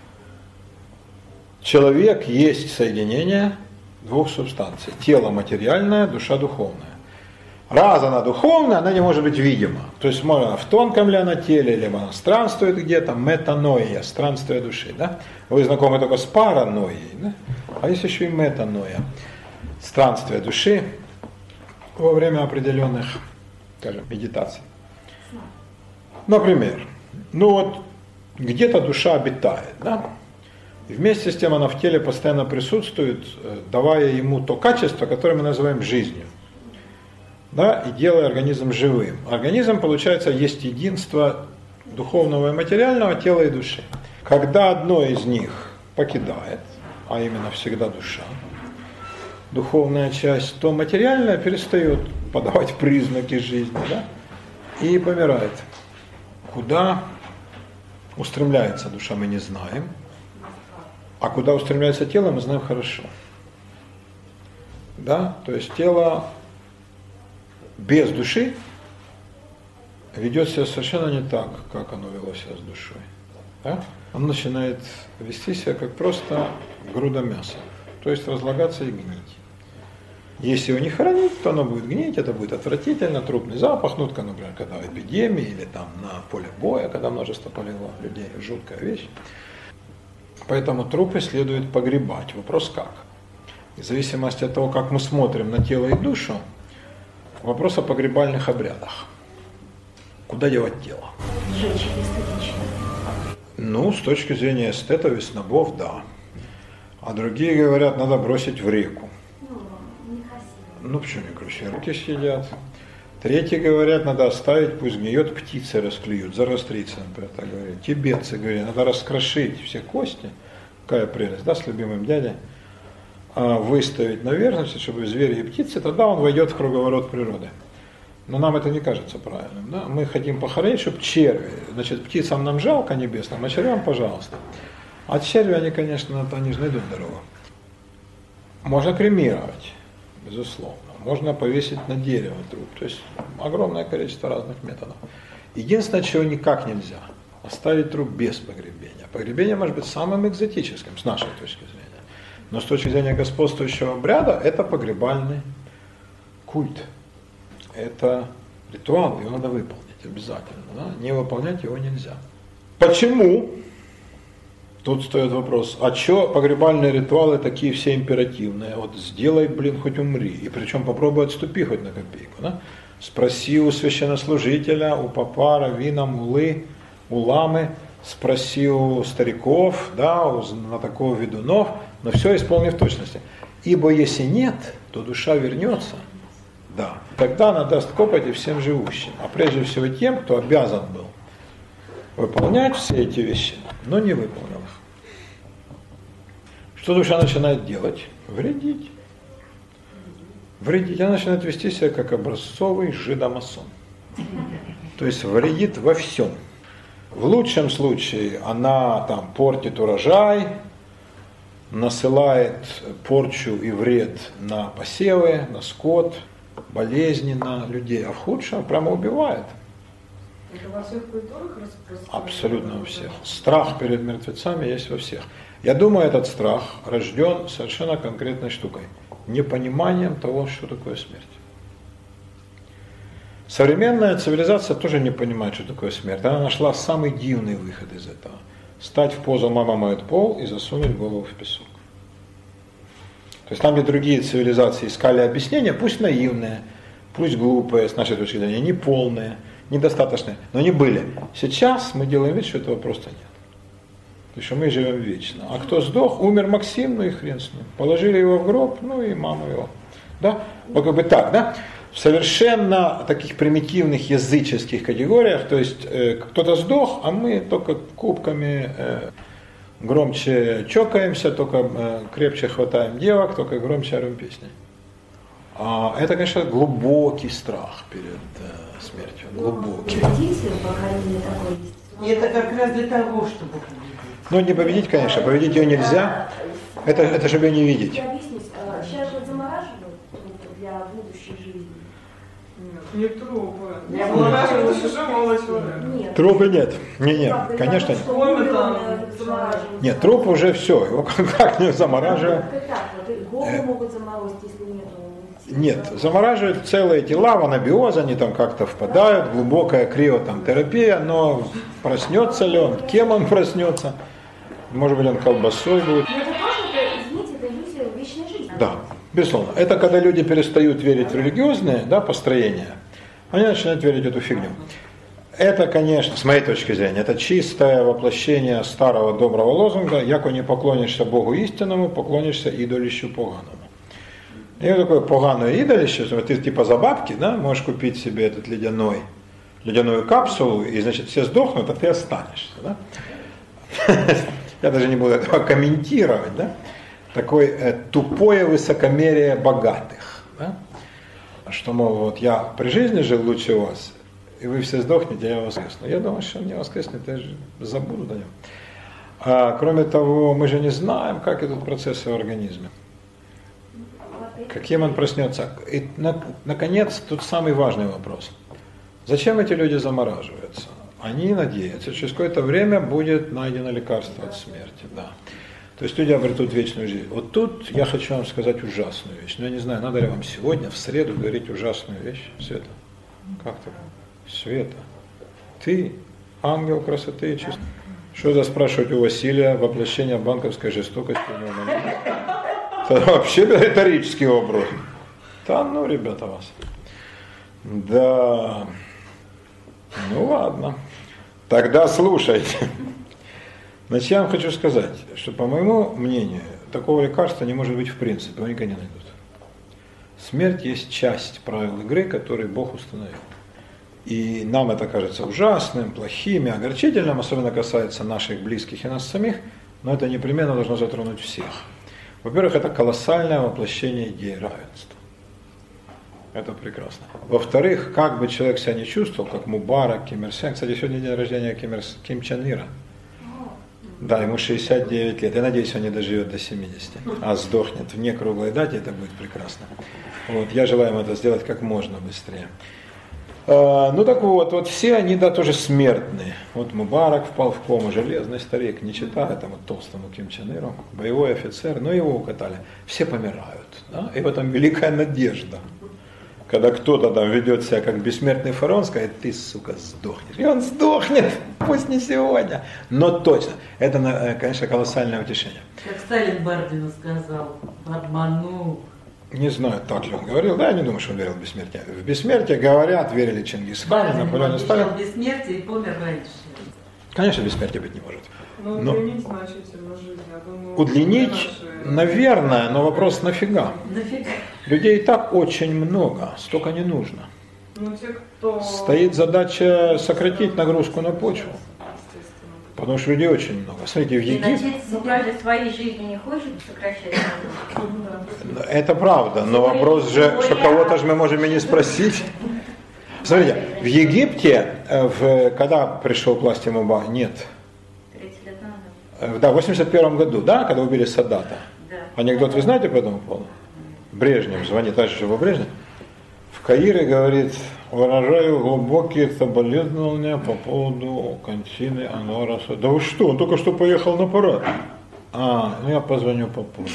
[SPEAKER 1] Человек есть соединение двух субстанций. Тело материальное, душа духовная. Раз она духовная, она не может быть видима. То есть, можно в тонком ли она теле, либо она странствует где-то, метаноия, странствие души. Да? Вы знакомы только с параноией, да? А есть еще и метаноия, странствие души во время определенных, скажем, медитаций. Например, где-то душа обитает, да? И вместе с тем она в теле постоянно присутствует, давая ему то качество, которое мы называем жизнью. Да, и делая организм живым. Организм, получается, есть единство духовного и материального тела и души. Когда одно из них покидает, а именно всегда душа, духовная часть, то материальная перестает подавать признаки жизни, да, и помирает. Куда устремляется душа, мы не знаем. А куда устремляется тело, мы знаем хорошо. Да? То есть тело без души ведет себя совершенно не так, как оно вело себя с душой. Да? Оно начинает вести себя как просто груда мяса. То есть разлагаться и гнить. Если его не хоронить, то оно будет гнить, это будет отвратительно, трупный запах, например, когда в эпидемии или там на поле боя, когда множество полегло людей, жуткая вещь. Поэтому трупы следует погребать. Вопрос как? В зависимости от того, как мы смотрим на тело и душу, вопрос о погребальных обрядах. Куда девать тело?
[SPEAKER 8] Сжечь эстетично.
[SPEAKER 1] С точки зрения эстетов и снобов, да. А другие говорят, надо бросить в реку.
[SPEAKER 8] Некрасиво.
[SPEAKER 1] Почему некрасиво? Руки съедят. Третьи говорят, надо оставить, пусть гниет, птицы расклюют, зарастриться, например, так говорят. Тибетцы говорят, надо раскрошить все кости, какая прелесть, да, с любимым дядей, выставить наверх, чтобы звери и птицы, тогда он войдет в круговорот природы. Но нам это не кажется правильным, да? Мы хотим похоронить, чтобы черви, птицам нам жалко небесным, а червям, пожалуйста. От черви они, конечно, они же найдут дорогу. Можно кремировать, безусловно. Можно повесить на дерево труп. То есть огромное количество разных методов. Единственное, чего никак нельзя, оставить труп без погребения. Погребение может быть самым экзотическим, с нашей точки зрения. Но с точки зрения господствующего обряда, это погребальный культ. Это ритуал, его надо выполнить обязательно. Да? Не выполнять его нельзя. Почему? Тут стоит вопрос, а что погребальные ритуалы такие все императивные? Вот сделай, блин, хоть умри. И причем попробуй отступи хоть на копейку. Да? Спроси у священнослужителя, у папа, раввина, мулы, у ламы, спроси у стариков, да, у знатоков ведунов, но все исполни в точности. Ибо если нет, то душа вернется. Да. Тогда она даст копоти всем живущим, а прежде всего тем, кто обязан был выполнять все эти вещи, но не выполнил их. Что душа начинает делать? Вредить. Вредить. Она начинает вести себя как образцовый жидомасон. То есть вредит во всем. В лучшем случае она там портит урожай, насылает порчу и вред на посевы, на скот, болезни на людей, а в худшем прямо убивает.
[SPEAKER 3] Это во всех культурах распространено?
[SPEAKER 1] Абсолютно во всех. Страх перед мертвецами есть во всех. Я думаю, этот страх рожден совершенно конкретной штукой. Непониманием того, что такое смерть. Современная цивилизация тоже не понимает, что такое смерть. Она нашла самый дивный выход из этого. Стать в позу «мама моет пол» и засунуть голову в песок. То есть там, где другие цивилизации искали объяснения, пусть наивные, пусть глупые, с нашей точки зрения, неполные, недостаточные, но они были. Сейчас мы делаем вид, что этого просто нет. То есть, что мы живем вечно. А кто сдох, умер Максим, ну и хрен с ним. Положили его в гроб, ну и маму его. Да? Вот как бы так, да? В совершенно таких примитивных языческих категориях, то есть кто-то сдох, а мы только кубками громче чокаемся, только крепче хватаем девок, только громче орем песни. Это, конечно, глубокий страх перед смертью. Глубокий.
[SPEAKER 8] Победитель, пока не такой есть.
[SPEAKER 7] И это как раз для того, чтобы победить.
[SPEAKER 1] Ну, не победить, конечно, победить ее нельзя. Это чтобы ее не видеть.
[SPEAKER 8] Я объясню. Сейчас же замораживают для будущей жизни.
[SPEAKER 3] Не трупы. Я замораживала живого человека.
[SPEAKER 8] Нет.
[SPEAKER 1] Трупы нет. Нет, конечно нет. Нет, труп уже все, его как не замораживают.
[SPEAKER 8] Как так? Вот и голову могут заморозить, если нету.
[SPEAKER 1] Нет, замораживают целые тела в анабиоз, они там как-то впадают, глубокая криотам-терапия, но проснется ли он, кем он проснется, может быть он колбасой будет.
[SPEAKER 8] Но это тоже, извините, это иллюзия вечной жизни.
[SPEAKER 1] Да, безусловно. Это когда люди перестают верить в религиозные построения, они начинают верить в эту фигню. Это, конечно, с моей точки зрения, это чистое воплощение старого доброго лозунга «Яко не поклонишься Богу истинному, поклонишься идолищу поганому». И вот такое поганое идолище, ты типа за бабки, да, можешь купить себе этот ледяную капсулу, и, значит, все сдохнут, а ты останешься. Да? Я даже не буду этого комментировать. Да? Такое тупое высокомерие богатых. Да? Что, мол, вот я при жизни жил лучше вас, и вы все сдохнете, я воскресну. Я думаю, что он не воскреснет, я же забуду о нем. Кроме того, мы же не знаем, как идут процессы в организме. Каким он проснется. И, наконец, тут самый важный вопрос. Зачем эти люди замораживаются? Они надеются, что через какое-то время будет найдено лекарство от смерти. Да. То есть люди обретут вечную жизнь. Вот тут я хочу вам сказать ужасную вещь. Но я не знаю, надо ли вам сегодня, в среду, говорить ужасную вещь. Света, как ты? Света, ты ангел красоты и чистоты. Что за спрашивать у Василия воплощение банковской жестокости у него на лице? Это вообще риторический вопрос. Да ну, ребята, вас. Да. Ну ладно. Тогда слушайте. Значит, я вам хочу сказать, что, по моему мнению, такого лекарства не может быть в принципе, его никогда не найдут. Смерть есть часть правил игры, которые Бог установил. И нам это кажется ужасным, плохим и огорчительным, особенно касается наших близких и нас самих, но это непременно должно затронуть всех. Во-первых, это колоссальное воплощение идеи равенства. Это прекрасно. Во-вторых, как бы человек себя не чувствовал, как Мубарак, Ким Ир Сен. Кстати, сегодня день рождения Ким Чен Ира. Да, ему 69 лет. Я надеюсь, он не доживет до 70, а сдохнет вне круглой дате, это будет прекрасно. Вот, я желаю ему это сделать как можно быстрее. Ну так вот все они, да, тоже смертные. Вот Мубарак впал в кому, железный старик, не читая там вот толстому Ким Чен Иру, боевой офицер, но его укатали. Все помирают, да? И в этом великая надежда. Когда кто-то там ведет себя как бессмертный фараон, скажет, ты, сука, сдохнешь. И он сдохнет, пусть не сегодня, но точно. Это, конечно, колоссальное утешение.
[SPEAKER 7] Как Сталин Бардину сказал, обманул.
[SPEAKER 1] Не знаю, так ли он говорил, да, я не думаю, что он верил в бессмертие. В бессмертие, говорят, верили Чингисхан, Наполеон и Сталин.
[SPEAKER 7] Бессмертие и помер раньше.
[SPEAKER 1] Конечно, бессмертия быть не может.
[SPEAKER 9] Но удлинить значительно жизнь, я думаю.
[SPEAKER 1] Удлинить, наверное, но вопрос нафига?
[SPEAKER 7] Нафига?
[SPEAKER 1] Людей и так очень много, столько не нужно.
[SPEAKER 9] Ну, те, кто...
[SPEAKER 1] Стоит задача сократить нагрузку на почву. Потому что людей очень много. Смотрите, в Египте...
[SPEAKER 2] Но каждый своей жизни не хочет сокращать.
[SPEAKER 1] Это правда, но вопрос же, что кого-то же мы можем и не спросить. Смотрите, в Египте, когда пришел к власти Мубарак, нет.
[SPEAKER 2] 30 лет назад.
[SPEAKER 1] Да, в 81 году, да, когда убили Саддата.
[SPEAKER 2] Да.
[SPEAKER 1] Анекдот вы знаете по этому поводу? Брежнев звонит, дальше же Брежнев. В Каире говорит, выражаю глубокие соболезнования по поводу кончины Анвара Саддата. Да вы что, он только что поехал на парад. Ну я позвоню попозже.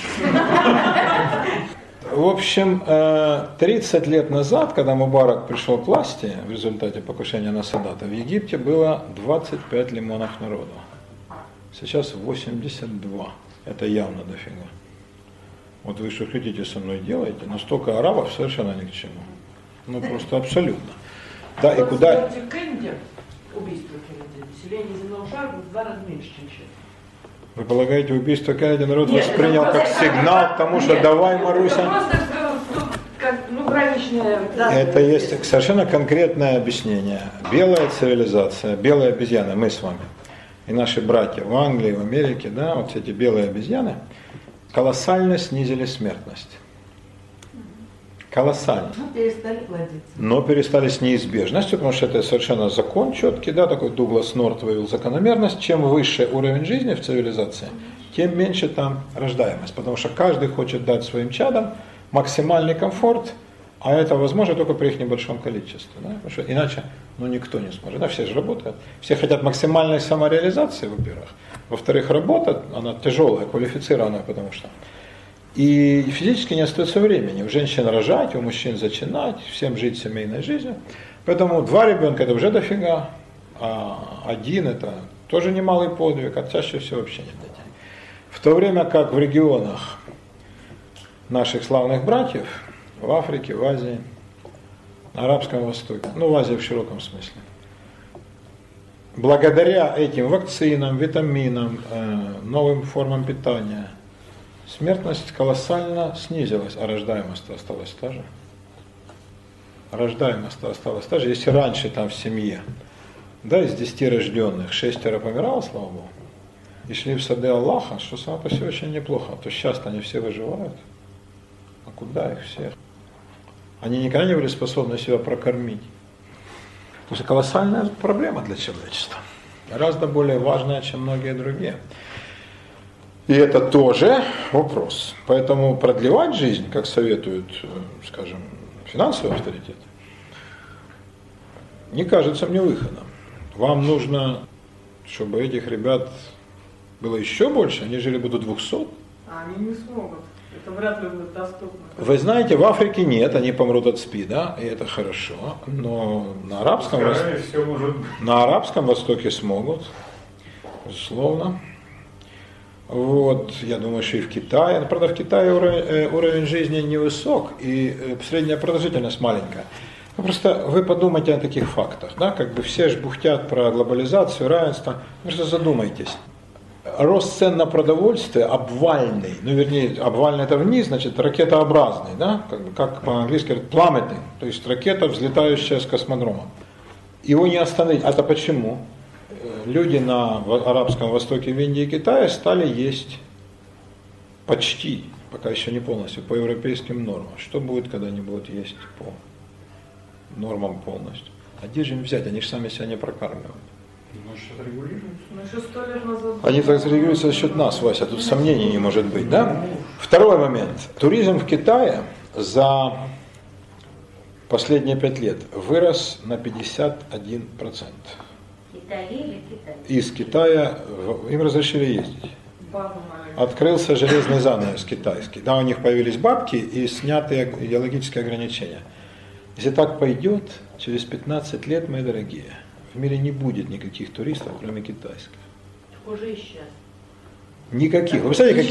[SPEAKER 1] В общем, 30 лет назад, когда Мубарак пришел к власти в результате покушения на Саддата, в Египте было 25 лимонов народу. Сейчас 82. Это явно дофига. Вот вы что хотите со мной делаете, но столько арабов совершенно ни к чему. Ну просто абсолютно. Да, и куда...
[SPEAKER 3] Кеннеди, убийство Кеннеди, население земного шара в 2 раза меньше, чем сейчас.
[SPEAKER 1] Вы полагаете, убийство Кеннеди народ
[SPEAKER 3] Нет,
[SPEAKER 1] воспринял как сигнал к тому, что давай, Маруся?
[SPEAKER 3] Это просто как, граничная... Да,
[SPEAKER 1] Это есть совершенно конкретное объяснение. Белая цивилизация, белые обезьяны, мы с вами, и наши братья в Англии, в Америке, да, вот эти белые обезьяны, колоссально снизили смертность. Колоссально.
[SPEAKER 7] Перестали плодиться.
[SPEAKER 1] Но перестали с неизбежностью, потому что это совершенно закон четкий, да, такой Дуглас Норт вывел закономерность. Чем выше уровень жизни в цивилизации, тем меньше там рождаемость, потому что каждый хочет дать своим чадам максимальный комфорт, а это возможно только при их небольшом количестве, да, потому что иначе никто не сможет. Да, все же работают, все хотят максимальной самореализации, во-первых. Во-вторых, работа, она тяжелая, квалифицированная, потому что и физически не остается времени. У женщин рожать, у мужчин зачинать, всем жить семейной жизнью. Поэтому 2 ребенка это уже дофига, а 1 это тоже немалый подвиг, а чаще всего вообще нет детей. В то время как в регионах наших славных братьев, в Африке, в Азии, на Арабском Востоке, в Азии в широком смысле, благодаря этим вакцинам, витаминам, новым формам питания, смертность колоссально снизилась, а рождаемость осталась та же. Рождаемость осталась та же. Если раньше там в семье, да, из 10 рожденных 6 помирало, слава Богу, и шли в сады Аллаха, что само по себе очень неплохо, то сейчас-то они все выживают. А куда их всех? Они никогда не были способны себя прокормить. То есть колоссальная проблема для человечества. Гораздо более важная, чем многие другие. И это тоже вопрос. Поэтому продлевать жизнь, как советуют, скажем, финансовые авторитеты, не кажется мне выходом. Вам нужно, чтобы этих ребят было еще больше, они жили бы до 200.
[SPEAKER 9] Они не смогут. Это вряд ли будет доступно.
[SPEAKER 1] Вы знаете, в Африке нет, они помрут от СПИДа, и это хорошо. Но на Арабском Востоке смогут, безусловно. Вот, я думаю, что и в Китае. Но, правда, в Китае уровень жизни невысок, и средняя продолжительность маленькая. Просто вы подумайте о таких фактах, да, как бы все ж бухтят про глобализацию, равенство. Просто задумайтесь. Рост цен на продовольствие обвальный, вернее, обвальный это вниз, значит, ракетообразный, да, как по-английски говорят, plummeting, то есть ракета, взлетающая с космодрома. Его не остановить. Это почему? Люди на Арабском Востоке, в Индии и Китае стали есть почти, пока еще не полностью, по европейским нормам. Что будет, когда они будут есть по нормам полностью? А где же им взять? Они же сами себя не прокармливают.
[SPEAKER 5] Ну, сейчас регулируется.
[SPEAKER 9] Ну, еще 100 лет назад.
[SPEAKER 1] Они так регулируются за счет нас, Вася, тут сомнений не может быть, да? Второй момент. Туризм в Китае за последние 5 лет вырос на 51%.
[SPEAKER 2] Италия или Китай?
[SPEAKER 1] Из Китая им разрешили ездить.
[SPEAKER 9] База маленькая.
[SPEAKER 1] Открылся железный занавес китайский. Да, у них появились бабки и сняты идеологические ограничения. Если так пойдет, через 15 лет, мои дорогие, в мире не будет никаких туристов, кроме китайских.
[SPEAKER 3] Уже и сейчас.
[SPEAKER 1] Никаких. Вы представляете,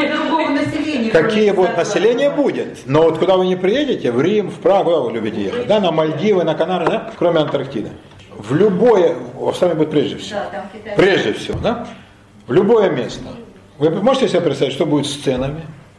[SPEAKER 1] какие будут население будет. Но вот куда вы не приедете, в Рим, в Прагу, куда вы любите ехать? Да, на Мальдивы, на Канары, да? Кроме Антарктиды. В любое, с вами будет прежде всего.
[SPEAKER 2] Да, там Китай.
[SPEAKER 1] Прежде всего, да? В любое место. Вы можете себе представить, что будет с ценами?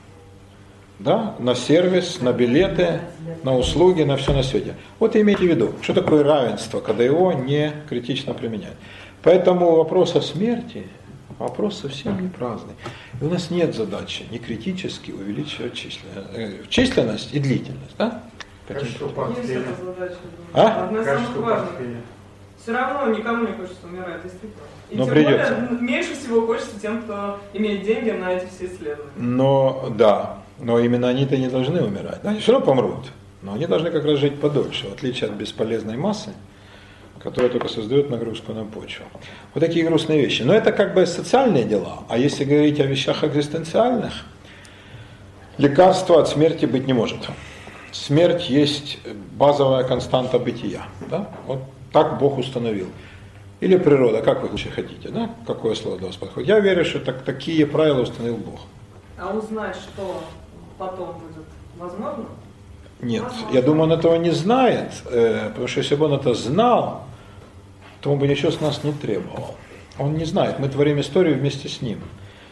[SPEAKER 1] Да? На сервис, на билеты, на услуги, на все на свете. Вот имейте в виду, что такое равенство, когда его не критично применяют. Поэтому вопрос о смерти, вопрос совсем не праздный. И у нас нет задачи не критически увеличивать численность и длительность. Да?
[SPEAKER 5] Качество
[SPEAKER 9] Есть
[SPEAKER 5] портфеля.
[SPEAKER 9] эта задача.
[SPEAKER 1] А?
[SPEAKER 9] Одна из
[SPEAKER 5] Качество
[SPEAKER 9] самых важных.
[SPEAKER 5] портфеля.
[SPEAKER 9] Все равно никому не хочется умирать, действительно. И
[SPEAKER 1] Но
[SPEAKER 9] тем
[SPEAKER 1] придется.
[SPEAKER 9] более меньше всего хочется тем, кто имеет деньги на эти все исследования.
[SPEAKER 1] Но да, но именно они-то не должны умирать. Да? Они все равно помрут, но они должны как раз жить подольше, в отличие от бесполезной массы, которая только создает нагрузку на почву. Вот такие грустные вещи. Но это как бы социальные дела. А если говорить о вещах экзистенциальных, лекарства от смерти быть не может. Смерть есть базовая константа бытия. Да? Вот так Бог установил. Или природа, как вы лучше хотите, да? Какое слово для вас подходит. Я верю, что такие правила установил Бог.
[SPEAKER 9] А узнать, что потом будет, возможно?
[SPEAKER 1] Нет, я думаю, он этого не знает, потому что если бы он это знал, то он бы ничего с нас не требовал. Он не знает, мы творим историю вместе с ним.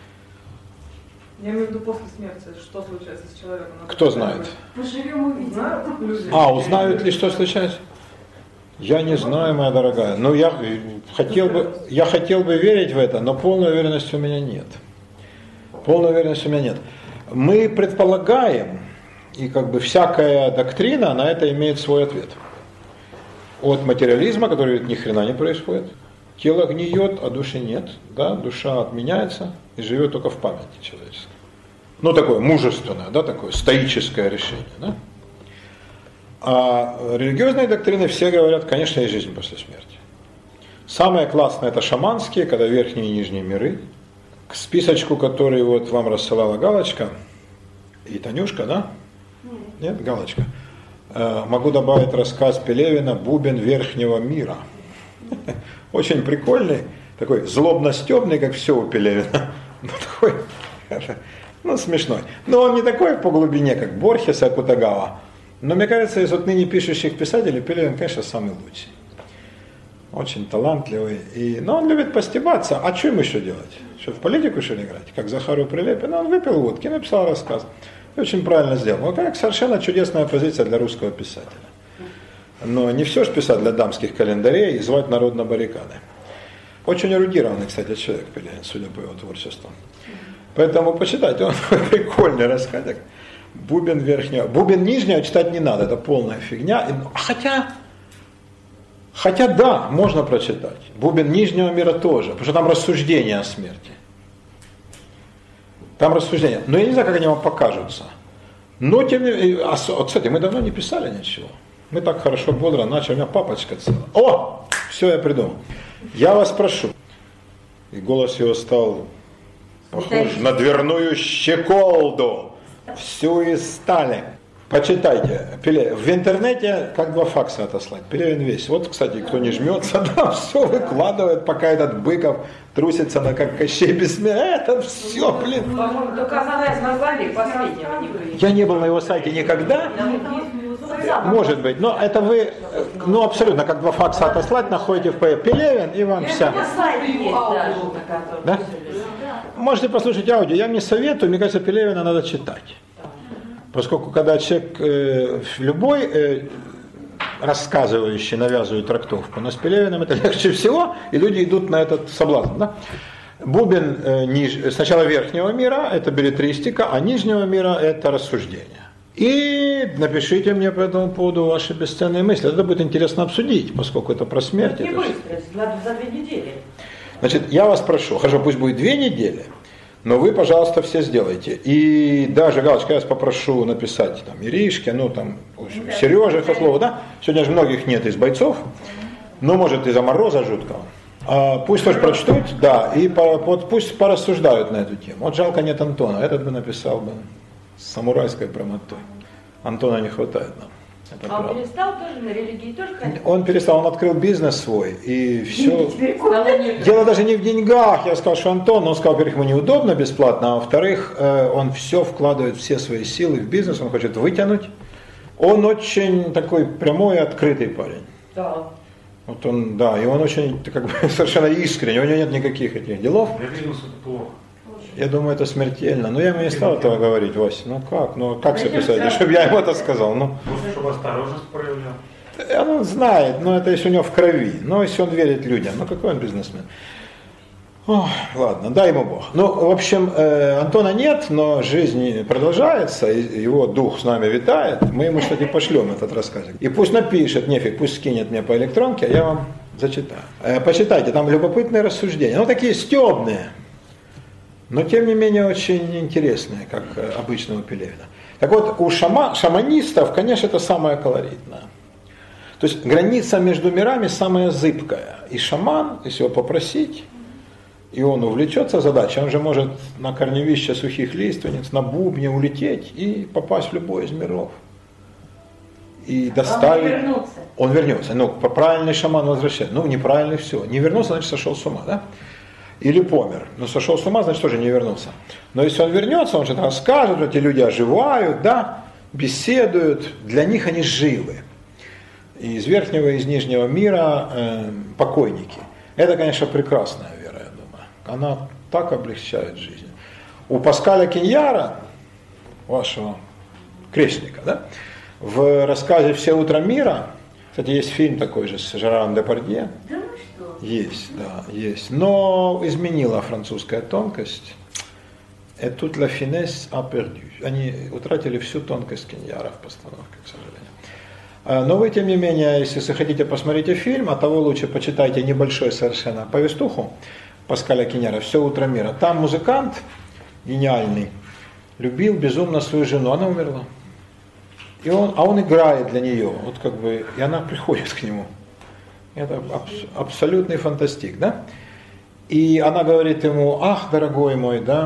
[SPEAKER 9] Я имею в виду после смерти, что случается с человеком.
[SPEAKER 1] Кто знает?
[SPEAKER 4] Поживем, увидим.
[SPEAKER 9] Знают люди?
[SPEAKER 1] Узнают ли, что случается? Я не знаю, моя дорогая. Но я хотел бы верить в это, но полной уверенности у меня нет. Полной уверенности у меня нет. Мы предполагаем, и как бы всякая доктрина на это имеет свой ответ. От материализма, который ни хрена не происходит. Тело гниет, а души нет. Да? Душа отменяется и живет только в памяти человеческой. Ну, такое мужественное, да, такое стоическое решение. Да? А религиозные доктрины все говорят, конечно, есть жизнь после смерти. Самое классное это шаманские, когда верхние и нижние миры. К списочку, который вот вам рассылала Галочка и Танюшка, да? Нет, Галочка. Могу добавить рассказ Пелевина «Бубен верхнего мира». Очень прикольный, такой злобно-стебный, как все у Пелевина. Ну, такой, смешной. Но он не такой по глубине, как Борхес и Акутагава. Но мне кажется, из вот ныне пишущих писателей Пелевин, конечно, самый лучший. Очень талантливый. Но он любит постебаться. А что ему еще делать? Что, в политику что ли играть? Как Захару Прилепин? Он выпил водки, написал рассказ. И очень правильно сделал. Вот как совершенно чудесная позиция для русского писателя. Но не все же писать для дамских календарей и звать народ на баррикады. Очень эрудированный, кстати, человек Пелевин, судя по его творчеству. Поэтому почитайте, он прикольный рассказик. Бубен верхнего. Бубен нижнего читать не надо, это полная фигня. Хотя да, можно прочитать. Бубен нижнего мира тоже, потому что там рассуждения о смерти. Там рассуждения. Но я не знаю, как они вам покажутся. Но тем не менее, кстати, мы давно не писали ничего. Мы так хорошо, бодро начали, у меня папочка целая. О, все, я придумал. Я вас прошу. И голос его стал похож на дверную щеколду. Всю из стали. Почитайте. В интернете как 2 факса отослать. Пелевин весь. Вот, кстати, кто не жмется, да, все выкладывает, пока этот Быков трусится на как Кощей Бессмертный. Это все, блин.
[SPEAKER 3] По-моему, только одна из названий последнего не говорит.
[SPEAKER 1] Я не был на его сайте никогда. Может быть, но это вы, абсолютно, как 2 факса отослать, находите в Пелевин и вам вся.
[SPEAKER 3] Сайт есть даже, на котором.
[SPEAKER 1] Да? Можете послушать аудио. Я не советую, мне кажется, Пелевина надо читать. Поскольку когда человек любой рассказывающий навязывает трактовку, но с Пелевиным это легче всего, и люди идут на этот соблазн. Да? Бубен сначала верхнего мира, это беллетристика, а нижнего мира это рассуждение. И напишите мне по этому поводу ваши бесценные мысли. Это будет интересно обсудить, поскольку это про смерть.
[SPEAKER 3] Не
[SPEAKER 1] это
[SPEAKER 3] быстро, за 2 недели.
[SPEAKER 1] Значит, я вас прошу, хорошо, пусть будет 2 недели, но вы, пожалуйста, все сделайте. И даже, Галочка, я вас попрошу написать там Иришке, ну там, Сереже Котлову, да? Сегодня же многих нет из бойцов, ну, может, из-за мороза жуткого. Пусть тоже прочтут, да, и пусть порассуждают на эту тему. Вот жалко нет Антона, этот бы написал бы с самурайской прямотой. Антона не хватает нам.
[SPEAKER 3] А он перестал тоже на религии тоже ходить?
[SPEAKER 1] Он перестал, он открыл бизнес свой, и все.
[SPEAKER 3] Стало некогда.
[SPEAKER 1] Дело даже не в деньгах, я сказал, что Антон, он сказал, во-первых, ему неудобно бесплатно, а во-вторых, он все вкладывает, все свои силы в бизнес, он хочет вытянуть. Он очень такой прямой и открытый парень.
[SPEAKER 3] Да.
[SPEAKER 1] Вот он, да, и он очень как бы, совершенно искренний, у него нет никаких этих делов.
[SPEAKER 5] Для бизнеса это плохо.
[SPEAKER 1] Я думаю, это смертельно. Но я ему не стал этого говорить, Вася. Ну как себе представить, чтобы я ему это сказал? Ну,
[SPEAKER 5] Лучше, чтобы осторожность проявлял.
[SPEAKER 1] он знает, но это если у него в крови. Но если он верит людям, ну какой он бизнесмен? Ох, ладно, дай ему Бог. Ну, в общем, Антона нет, но жизнь продолжается, его дух с нами витает. Мы ему, кстати, пошлем этот рассказик. И пусть напишет, нефиг, пусть скинет мне по электронке, а я вам зачитаю. Почитайте, там любопытные рассуждения. Ну, такие стебные, но тем не менее очень интересные, как обычно у Пелевина. Так вот, у шаманистов, конечно, это самое колоритное. То есть граница между мирами самая зыбкая. И шаман, если его попросить, и он увлечется задачей, он же может на корневище сухих лиственниц, на бубне улететь и попасть в любой из миров. И доставить... Он вернется. Ну, правильный шаман возвращается. Ну, неправильный все. Не вернулся, значит, сошел с ума, да? Или помер. Но сошел с ума, значит, тоже не вернулся. Но если он вернется, он же расскажет, эти люди оживают, да, беседуют. Для них они живы. И из верхнего, и из нижнего мира покойники. Это, конечно, прекрасная вера. Она так облегчает жизнь. У Паскаля Киньяра, вашего крестника, да, в рассказе «Все утро мира», кстати, есть фильм такой же с Жераром Депардье.
[SPEAKER 8] Да ну что?
[SPEAKER 1] Есть, да, есть. Но изменила французская тонкость. Et toute la finesse a perdu. Они утратили всю тонкость Киньяра в постановке, к сожалению. Но вы, тем не менее, если захотите, посмотрите фильм, а того лучше почитайте небольшой совершенно повестуху Паскаля Киньяра «Все утро мира». Там музыкант гениальный любил безумно свою жену, она умерла. И он играет для нее, вот как бы, и она приходит к нему. Это абсолютный фантастик, да? И она говорит ему: ах, дорогой мой, да?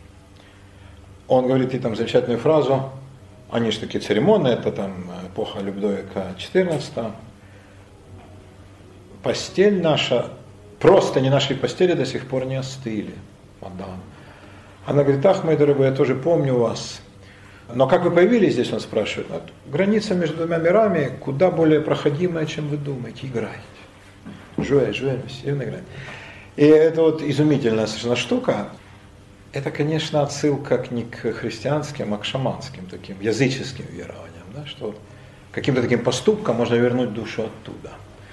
[SPEAKER 1] Он говорит ей там замечательную фразу, они же такие церемонные, это там эпоха Людовика XIV. Постель наша, просто не нашей постели до сих пор не остыли, мадам. Она говорит: ах, мой дорогой, я тоже помню вас. Но как вы появились здесь, он спрашивает. Граница между двумя мирами куда более проходимая, чем вы думаете. Играйте. Жуэ, играйте. И это вот изумительная совершенно штука. Это, конечно, отсылка не к христианским, а к шаманским таким языческим верованиям, да, что каким-то таким поступком можно вернуть душу оттуда.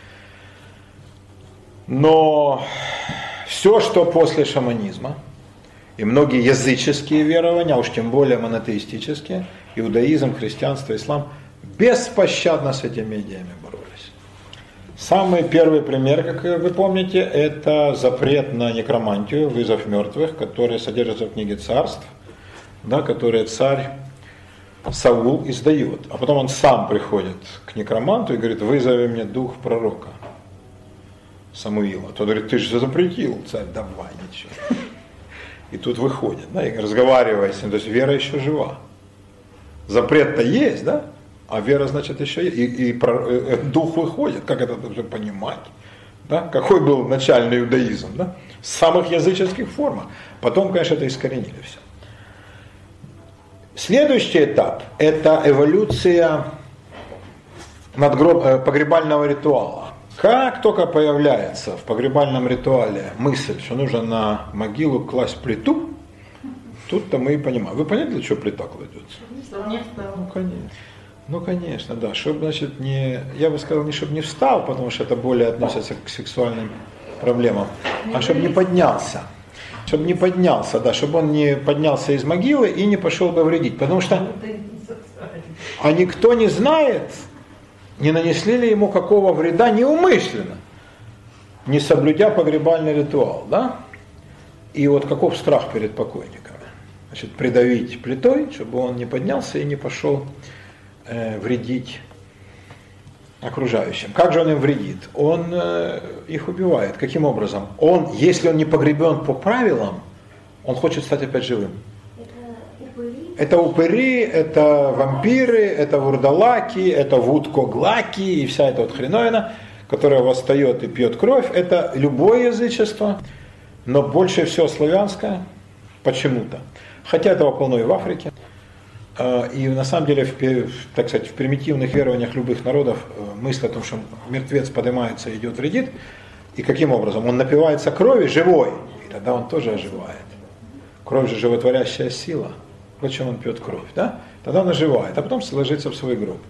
[SPEAKER 1] Но все, что после шаманизма, и многие языческие верования, а уж тем более монотеистические, иудаизм, христианство, ислам, беспощадно с этими идеями боролись. Самый первый пример, как вы помните, это запрет на некромантию, вызов мертвых, который содержится в книге Царств, да, которые царь Саул издает. А потом он сам приходит к некроманту и говорит: вызови мне дух пророка Самуила. Тот говорит: ты же запретил, царь, давай, ничего. И тут выходит, да, и разговаривает с ним, то есть вера еще жива. Запрет-то есть, да, а вера, значит, еще есть. И дух выходит, как это должен понимать, да, какой был начальный иудаизм, да, в самых языческих формах. Потом, конечно, это искоренили все. Следующий этап – это эволюция погребального ритуала. Как только появляется в погребальном ритуале мысль, что нужно на могилу класть плиту, тут-то мы и понимаем. Вы поняли, для чего плита кладется? Ну, конечно, да. Чтобы, значит, я бы сказал, не чтобы не встал, потому что это более относится к сексуальным проблемам, а чтобы не поднялся. Чтобы не поднялся, да, чтобы он не поднялся из могилы и не пошел бы вредить. Потому что А никто не знает, не нанесли ли ему какого вреда неумышленно, не соблюдя погребальный ритуал, да? И вот каков страх перед покойниками? Значит, придавить плитой, чтобы он не поднялся и не пошел вредить окружающим. Как же он им вредит? Он их убивает. Каким образом? Он, если он не погребен по правилам, он хочет стать опять живым. Это упыри, это вампиры, это вурдалаки, это вудкоглаки и вся эта вот хреновина, которая восстает и пьет кровь. Это любое язычество, но больше всего славянское почему-то. Хотя этого полно и в Африке. И на самом деле, так сказать, в примитивных верованиях любых народов мысль о том, что мертвец поднимается и идет вредит, и каким образом? Он напивается крови живой, и тогда он тоже оживает. Кровь же животворящая сила. Зачем он пьет кровь? Да? Тогда он оживает, а потом ложится в свой гроб.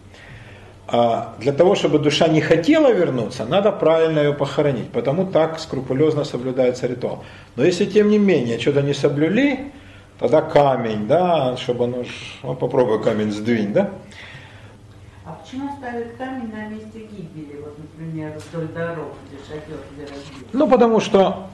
[SPEAKER 1] А для того, чтобы душа не хотела вернуться, надо правильно ее похоронить. Потому так скрупулезно соблюдается ритуал. Но если тем не менее что-то не соблюли, тогда камень, да, чтобы оно, попробуй камень сдвинь, да?
[SPEAKER 7] А почему ставят камень на месте гибели, вот, например, вдоль дорог, где шатер для разбитых?
[SPEAKER 1] Ну, потому что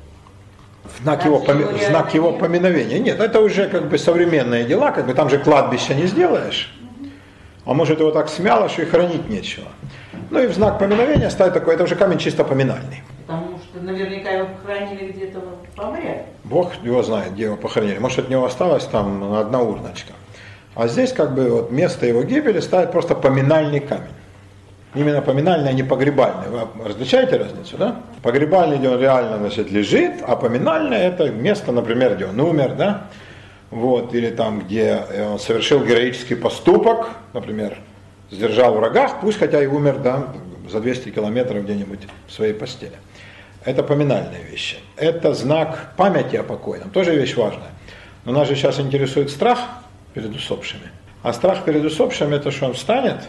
[SPEAKER 1] в знак его поминовения. Нет, это уже как бы современные дела, как бы там же кладбище не сделаешь. А может его так смяло, что и хранить нечего. Ну и в знак поминовения ставят такой, это уже камень чисто поминальный.
[SPEAKER 7] Потому что наверняка его похоронили где-то помряд.
[SPEAKER 1] Бог его знает, где его похоронили. Может, от него осталась там одна урночка. А здесь как бы вот место его гибели ставит просто поминальный камень. Именно поминальный, а не погребальный. Вы различаете разницу, да? Погребальный, где он реально, значит, лежит, а поминальный это место, например, где он умер, да? Вот, или там, где он совершил героический поступок, например, сдержал в врагах, пусть хотя и умер, да, за 200 километров где-нибудь в своей постели. Это поминальные вещи. Это знак памяти о покойном, тоже вещь важная. Но нас же сейчас интересует страх перед усопшими. А страх перед усопшими это что он встанет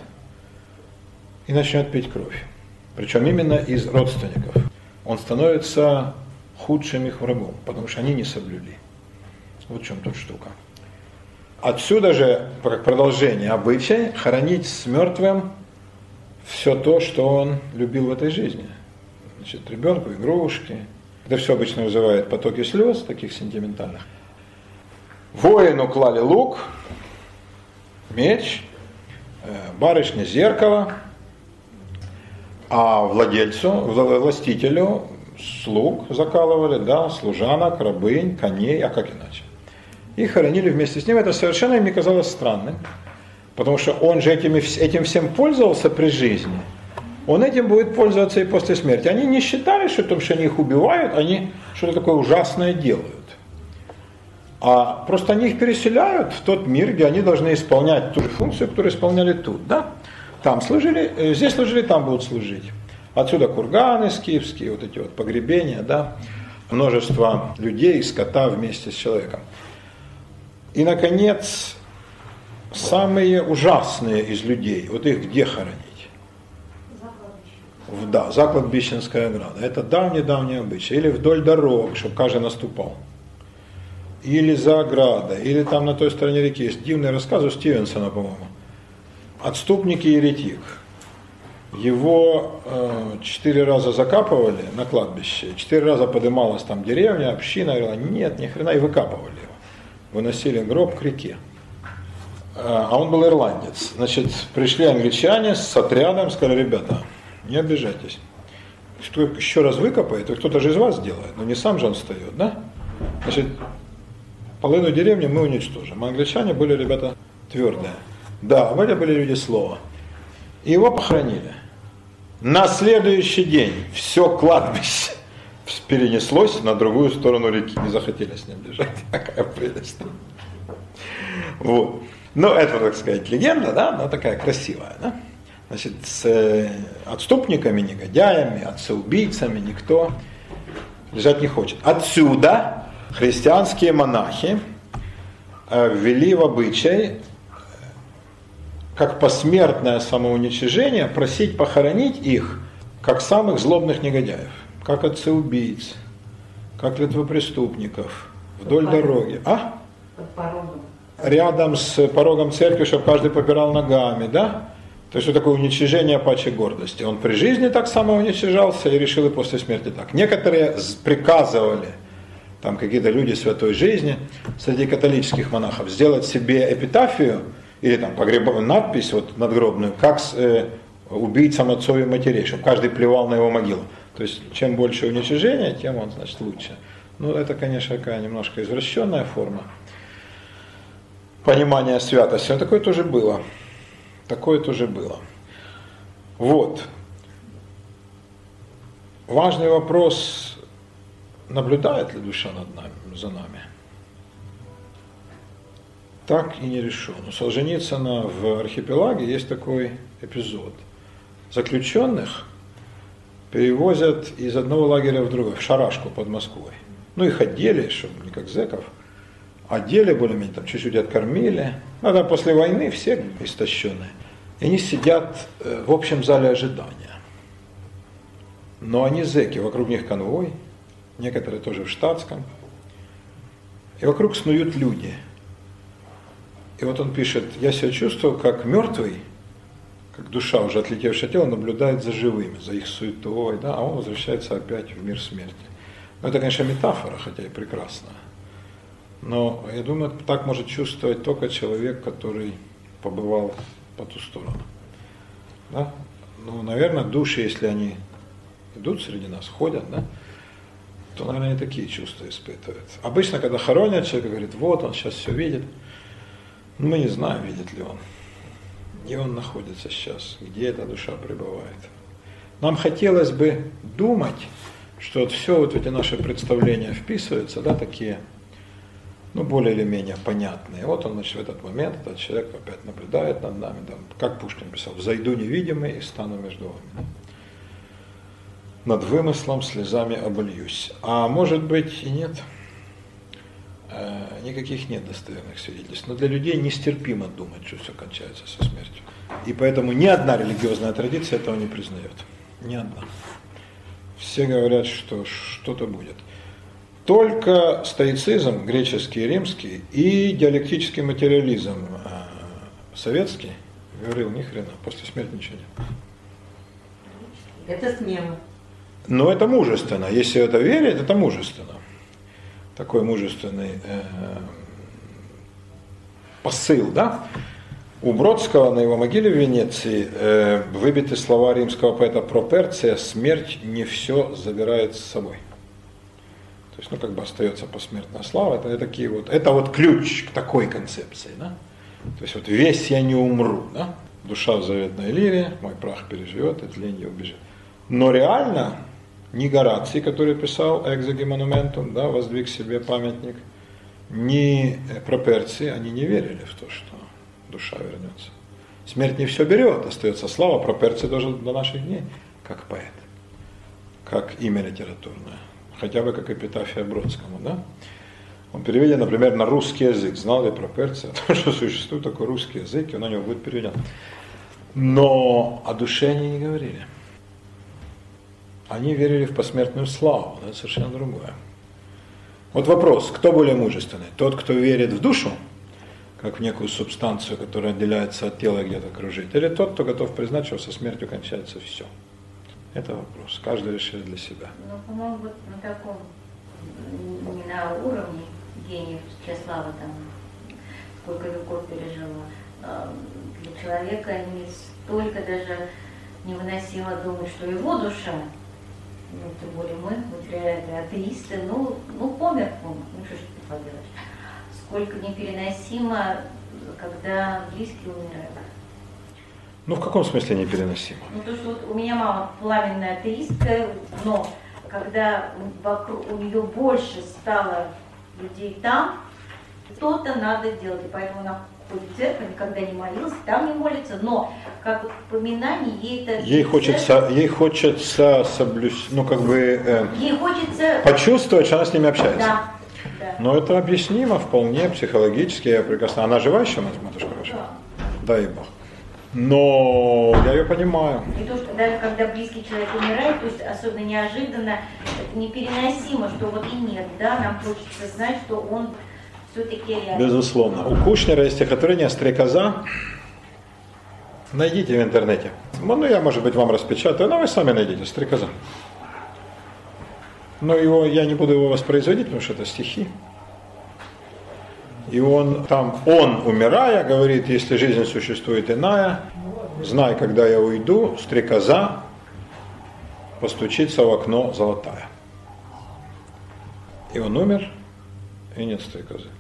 [SPEAKER 1] и начнет пить кровь. Причем именно из родственников. Он становится худшим их врагом, потому что они не соблюли. Вот в чем тут штука. Отсюда же, как продолжение, обычай хоронить с мертвым все то, что он любил в этой жизни. Значит, ребенку игрушки. Это все обычно вызывает потоки слез, таких сентиментальных. Воину клали лук, меч, барышне зеркало, а владельцу, властителю слуг закалывали, да, служанок, рабынь, коней, а как иначе. И хоронили вместе с ним. Это совершенно им не казалось странным, потому что он же этим всем пользовался при жизни. Он этим будет пользоваться и после смерти. Они не считали, что том, что они их убивают, они что-то такое ужасное делают. А просто они их переселяют в тот мир, где они должны исполнять ту же функцию, которую исполняли тут. Да? Там служили, здесь служили, там будут служить. Отсюда курганы скифские, вот эти вот погребения, да? Множество людей, скота вместе с человеком. И, наконец, самые ужасные из людей, вот их где хоронить? Да, за кладбищенская ограда. Это давний-давний обычай. Или вдоль дорог, чтобы каждый наступал. Или за оградой, или там на той стороне реки. Есть дивный рассказ у Стивенсона, по-моему. Отступник и еретик. Его 4 раза закапывали на кладбище, 4 раза подымалась там деревня, община, говорила, нет, ни хрена, и выкапывали его. Выносили гроб к реке. А он был ирландец. Значит, пришли англичане с отрядом, сказали, ребята, не обижайтесь. Кто еще раз выкопает, то кто-то же из вас сделает, но не сам же он встает, да? Значит, половину деревни мы уничтожим. А англичане были ребята твердые. Да, в это были люди слова. И его похоронили. На следующий день все кладбище перенеслось на другую сторону реки. Не захотели с ним бежать. Какая прелесть. Вот. Ну, это, так сказать, легенда, да, но такая красивая, да? Значит, с отступниками, негодяями, отцеубийцами никто лежать не хочет. Отсюда христианские монахи ввели в обычай, как посмертное самоуничижение, просить похоронить их, как самых злобных негодяев, как отцеубийц, как литвопреступников, вдоль дороги. А?
[SPEAKER 7] Под порогом.
[SPEAKER 1] рядом с порогом церкви, чтобы каждый попирал ногами, да? То есть вот такое уничижение паче гордости. Он при жизни так самоуничижался и решил и после смерти так. Некоторые приказывали, там какие-то люди святой жизни, среди католических монахов, сделать себе эпитафию или там погребовую надпись вот, надгробную, как убийцам отцов и матерей, чтобы каждый плевал на его могилу. То есть чем больше уничижения, тем он, значит, лучше. Ну, это, конечно, такая немножко извращенная форма понимания святости. Но такое тоже было. Такое тоже было. Вот. Важный вопрос, наблюдает ли душа над нами, за нами? Так и не решен. У Солженицына в «Архипелаге» есть такой эпизод. Заключенных перевозят из одного лагеря в другой, в Шарашку под Москвой. Ну, их одели, чтобы не как зэков, одели более-менее, там чуть-чуть откормили. Ну, там после войны все истощенные. И они сидят в общем зале ожидания. Но они зэки, вокруг них конвой, некоторые тоже в штатском. И вокруг снуют люди. И вот он пишет, я себя чувствую как мертвый, как душа, уже отлетевшее тело, наблюдает за живыми, за их суетой, да, а он возвращается опять в мир смерти. Но это, конечно, метафора, хотя и прекрасная. Но я думаю, так может чувствовать только человек, который побывал по ту сторону. Да? Ну, наверное, души, если они идут среди нас, ходят, да, то, наверное, они такие чувства испытывают. Обычно, когда хоронят, человек говорит, вот, он сейчас все видит. Но мы не знаем, видит ли он. Где он находится сейчас, где эта душа пребывает. Нам хотелось бы думать, что вот все вот эти наши представления вписываются, да, такие, ну, более или менее понятные. Вот он, значит, в этот момент, этот человек опять наблюдает над нами, да, как Пушкин писал, «Взойду невидимый и стану между вами». Над вымыслом слезами обольюсь. А может быть и нет. Никаких нет достоверных свидетельств. Но для людей нестерпимо думать, что все кончается со смертью. И поэтому ни одна религиозная традиция этого не признает. Ни одна. Все говорят, что что-то будет. Только стоицизм, греческий и римский, и диалектический материализм советский говорил, ни хрена, после смерти ничего нет.
[SPEAKER 7] Это смело.
[SPEAKER 1] Но это мужественно. Если это верить, это мужественно. Такой мужественный посыл, да? У Бродского на его могиле в Венеции выбиты слова римского поэта Проперция: «Смерть не все забирает с собой». То есть, ну, как бы остается посмертная слава. Это такие вот, это вот ключ к такой концепции, да? То есть, вот весь я не умру, да? Душа в заветной лире, мой прах переживет, и тленье убежит. Но реально ни Гораций, который писал «Экзеги монументум», да, воздвиг себе памятник, ни Проперций, они не верили в то, что душа вернется. Смерть не все берет, остается слава. Проперций дожил до наших дней как поэт, как имя литературное, хотя бы как эпитафия Бродскому, да? Он переведен, например, на русский язык. Знал ли Проперций о том, что существует такой русский язык, и он на него будет переведен. Но о душе они не говорили. Они верили в посмертную славу, но это совершенно другое. Вот вопрос, кто более мужественный? Тот, кто верит в душу, как в некую субстанцию, которая отделяется от тела и где-то кружит, или тот, кто готов признать, что со смертью кончается все? Это вопрос. Каждый решит для себя.
[SPEAKER 2] Ну, по-моему, вот на таком, не на уровне гениев Чеслава, там, сколько веков пережила, для человека не столько даже невыносимо думать, что его душа, ну, тем более мы, материальные атеисты, ну, помер, ну, что ж ты поделаешь, сколько непереносимо, когда близкие умирают.
[SPEAKER 1] Ну, в каком смысле непереносимо?
[SPEAKER 2] Ну, то, что вот у меня мама пламенная атеистка, но когда вокруг, у нее больше стало людей там, что-то надо делать, и поэтому она ходит в церковь, никогда не молилась, там не молится, но как вот поминание ей это... Ей хочется соблюсти, ну, как бы... ей хочется... Почувствовать, что она с ними общается. Да. Да.
[SPEAKER 1] Но это объяснимо вполне психологически, я прекрасно. Она жива еще, матушка ваша? Да. Дай Бог. Но я ее понимаю.
[SPEAKER 2] И то, что даже когда близкий человек умирает, то есть особенно неожиданно, это непереносимо, что вот и нет, да, нам хочется знать, что он все-таки реально.
[SPEAKER 1] Безусловно. У Кушнера есть стихотворение «Стрекоза». Найдите в интернете. Ну, я, может быть, вам распечатаю, но вы сами найдите «Стрекоза». Но я не буду его воспроизводить, потому что это стихи. И он, умирая, говорит: если жизнь существует иная, знай, когда я уйду, стрекоза постучится в окно золотая. И он умер, и нет стрекозы.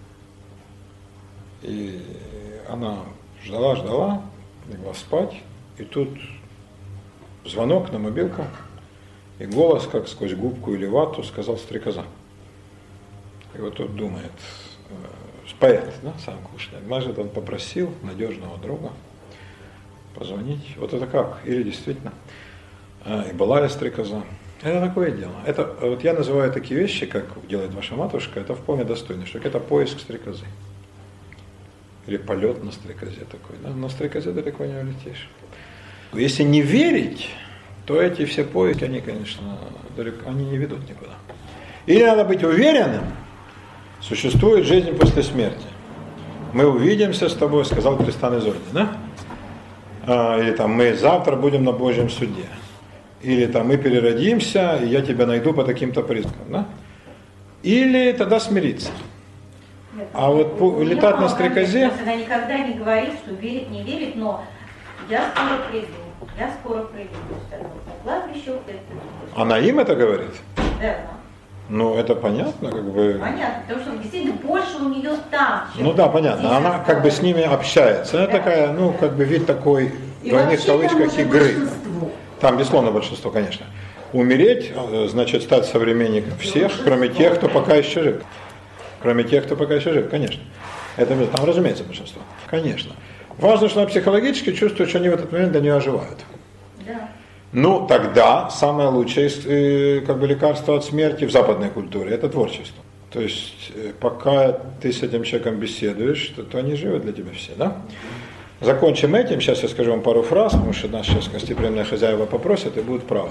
[SPEAKER 1] И она ждала, легла спать, и тут звонок на мобилку, и голос, как сквозь губку или вату, сказал: стрекоза. И вот тут думает поэт, да, сам Кушнер, может, он попросил надежного друга позвонить. Вот это как? Или действительно, и была ли стрекоза? Это такое дело. Это, вот я называю такие вещи, как делает ваша матушка, это вполне достойно, что это поиск стрекозы. Или полет на стрекозе такой. Да? На стрекозе далеко не улетишь. Если не верить, то эти все поиски, они, конечно, они не ведут никуда. Или надо быть уверенным, существует жизнь после смерти. Мы увидимся с тобой, сказал Тристан Изольде, да? Или там мы завтра будем на Божьем суде. Или там мы переродимся, и я тебя найду по таким-то признакам, да? Или тогда смириться.
[SPEAKER 2] Нет,
[SPEAKER 1] а вот летать на стрекозе...
[SPEAKER 2] Она никогда не говорит, что верит, не верит, но я скоро приду. На кладбище
[SPEAKER 1] Она им это говорит?
[SPEAKER 2] Да.
[SPEAKER 1] Ну, это понятно, как бы...
[SPEAKER 2] Понятно, потому что действительно больше у нее там, чем...
[SPEAKER 1] Ну да, понятно, она как бы с ними общается. Это такая, ну, как бы вид такой, двойных кавычках, игры. Там, безусловно, большинство, конечно. Умереть, значит, стать современником всех, кроме тех, кто пока еще жив. Кроме тех, кто пока еще жив, конечно. Это там, разумеется, большинство. Конечно. Важно, что она психологически чувствует, что они в этот момент для нее оживают.
[SPEAKER 2] Да.
[SPEAKER 1] Ну, тогда самое лучшее как бы лекарство от смерти в западной культуре – это творчество. То есть, пока ты с этим человеком беседуешь, то они живы для тебя все, да? Закончим этим. Сейчас я скажу вам пару фраз, потому что нас сейчас гостеприимные хозяева попросят и будут правы.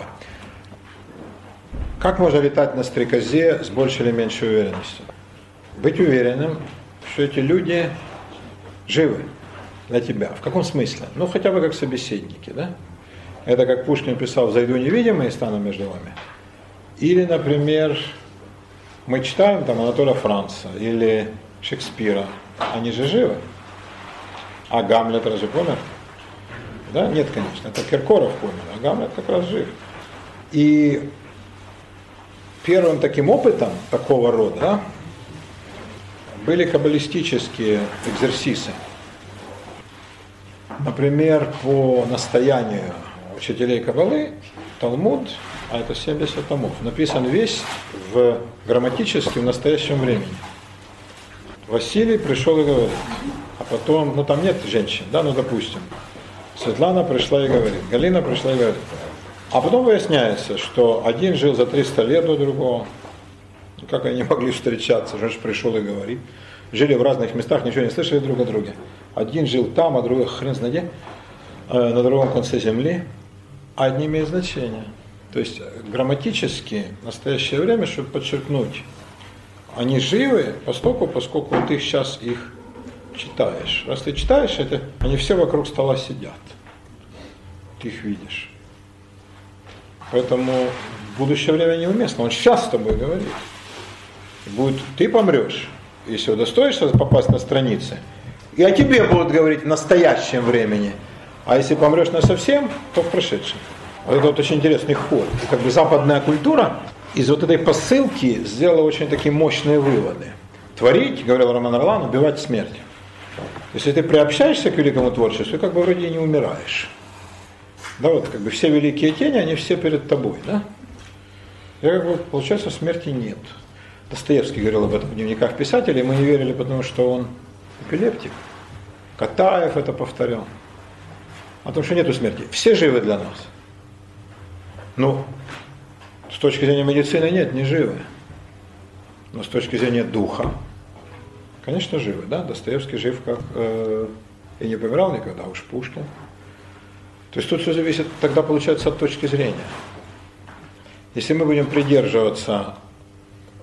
[SPEAKER 1] Как можно летать на стрекозе с большей или меньшей уверенностью? Быть уверенным, что эти люди живы для тебя. В каком смысле? Ну, хотя бы как собеседники, да? Это как Пушкин писал: «Взойду невидимый и стану между вами». Или, например, мы читаем там Анатоля Франца или Шекспира. Они же живы. А Гамлет разве помер? Да? Нет, конечно. Это Киркоров помер, а Гамлет как раз жив. И первым таким опытом такого рода, да, были каббалистические экзерсисы. Например, по настоянию учителей каббалы Талмуд, а это 70 томов, написан весь грамматически в настоящем времени. Василий пришел и говорит, а потом, ну там нет женщин, да, ну допустим, Светлана пришла и говорит, Галина пришла и говорит. А потом выясняется, что один жил за 300 лет до другого, как они могли встречаться, же пришел и говорит. Жили в разных местах, ничего не слышали друг о друге. Один жил там, а другой хрен знает где, на другом конце земли. А это не имеет значения. То есть грамматически в настоящее время, чтобы подчеркнуть, они живы, поскольку ты сейчас их читаешь. Раз ты читаешь, они все вокруг стола сидят. Ты их видишь. Поэтому в будущее время неуместно. Он сейчас с тобой говорит. Ты помрешь, если удостоишься попасть на страницы, и о тебе будут говорить в настоящем времени. А если помрешь насовсем, то в прошедшем. Вот это вот очень интересный ход. Как бы западная культура из вот этой посылки сделала очень такие мощные выводы. Творить, говорил Роман Ролан, убивать смерть. Если ты приобщаешься к великому творчеству, как бы вроде и не умираешь. Да, вот как бы все великие тени, они все перед тобой, да? И как бы, получается, смерти нет. Достоевский говорил об этом в дневниках писателей, мы не верили, потому что он эпилептик. Катаев это повторял. О том, что нету смерти. Все живы для нас. Ну, с точки зрения медицины нет, не живы. Но с точки зрения духа, конечно, живы, да? Достоевский жив как и не помирал никогда, уж Пушкин. То есть тут все зависит, тогда получается от точки зрения. Если мы будем придерживаться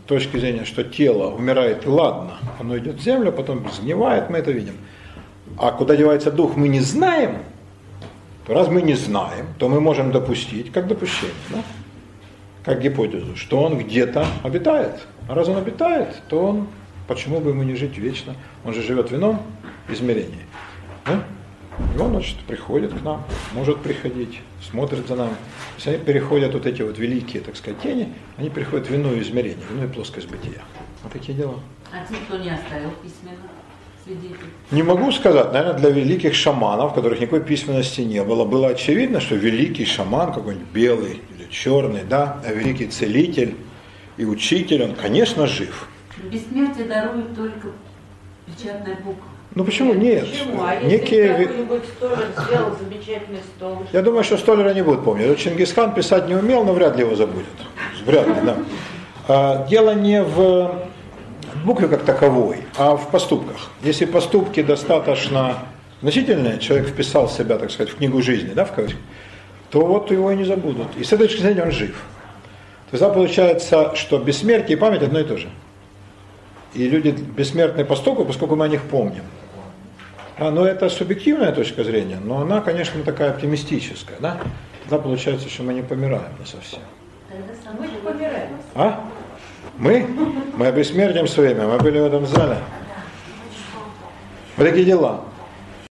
[SPEAKER 1] точки зрения, что тело умирает, и ладно, оно идет в землю, потом сгнивает, мы это видим. А куда девается дух, мы не знаем, то раз мы не знаем, то мы можем допустить, как допущение, да? Как гипотезу, что он где-то обитает. А раз он обитает, то он, почему бы ему не жить вечно? Он же живет в ином измерении. Да? И он, значит, приходит к нам, может приходить, смотрит за нами. То есть они переходят, вот эти вот великие, так сказать, тени, они переходят в иное измерение, в иную плоскость бытия. Вот такие дела.
[SPEAKER 7] А те, кто не оставил письменно свидетелей?
[SPEAKER 1] Не могу сказать, наверное, для великих шаманов, у которых никакой письменности не было, было очевидно, что великий шаман, какой-нибудь белый или черный, да, а великий целитель и учитель, он, конечно, жив.
[SPEAKER 7] Бессмертие дарует только печатная буква.
[SPEAKER 1] Ну почему нет?
[SPEAKER 3] Почему? А если
[SPEAKER 1] Некие...
[SPEAKER 3] какой-нибудь столер сделал замечательный стол?
[SPEAKER 1] Я думаю, что Столера не будут помнить. Вот Чингисхан писать не умел, но вряд ли его забудет. Вряд ли, да. Дело не в букве как таковой, а в поступках. Если поступки достаточно значительные, человек вписал себя, так сказать, в книгу жизни, да, в кавычках, то вот его и не забудут. И с этой точки зрения он жив. Тогда получается, что бессмертие и память одно и то же. И люди бессмертны постольку, поскольку мы о них помним. Но это субъективная точка зрения, но она, конечно, такая оптимистическая. Да? Тогда получается, что мы не помираем совсем.
[SPEAKER 3] Мы не помираем.
[SPEAKER 1] А? Мы? Мы обессмертим все время, мы были в этом зале. Вот такие дела.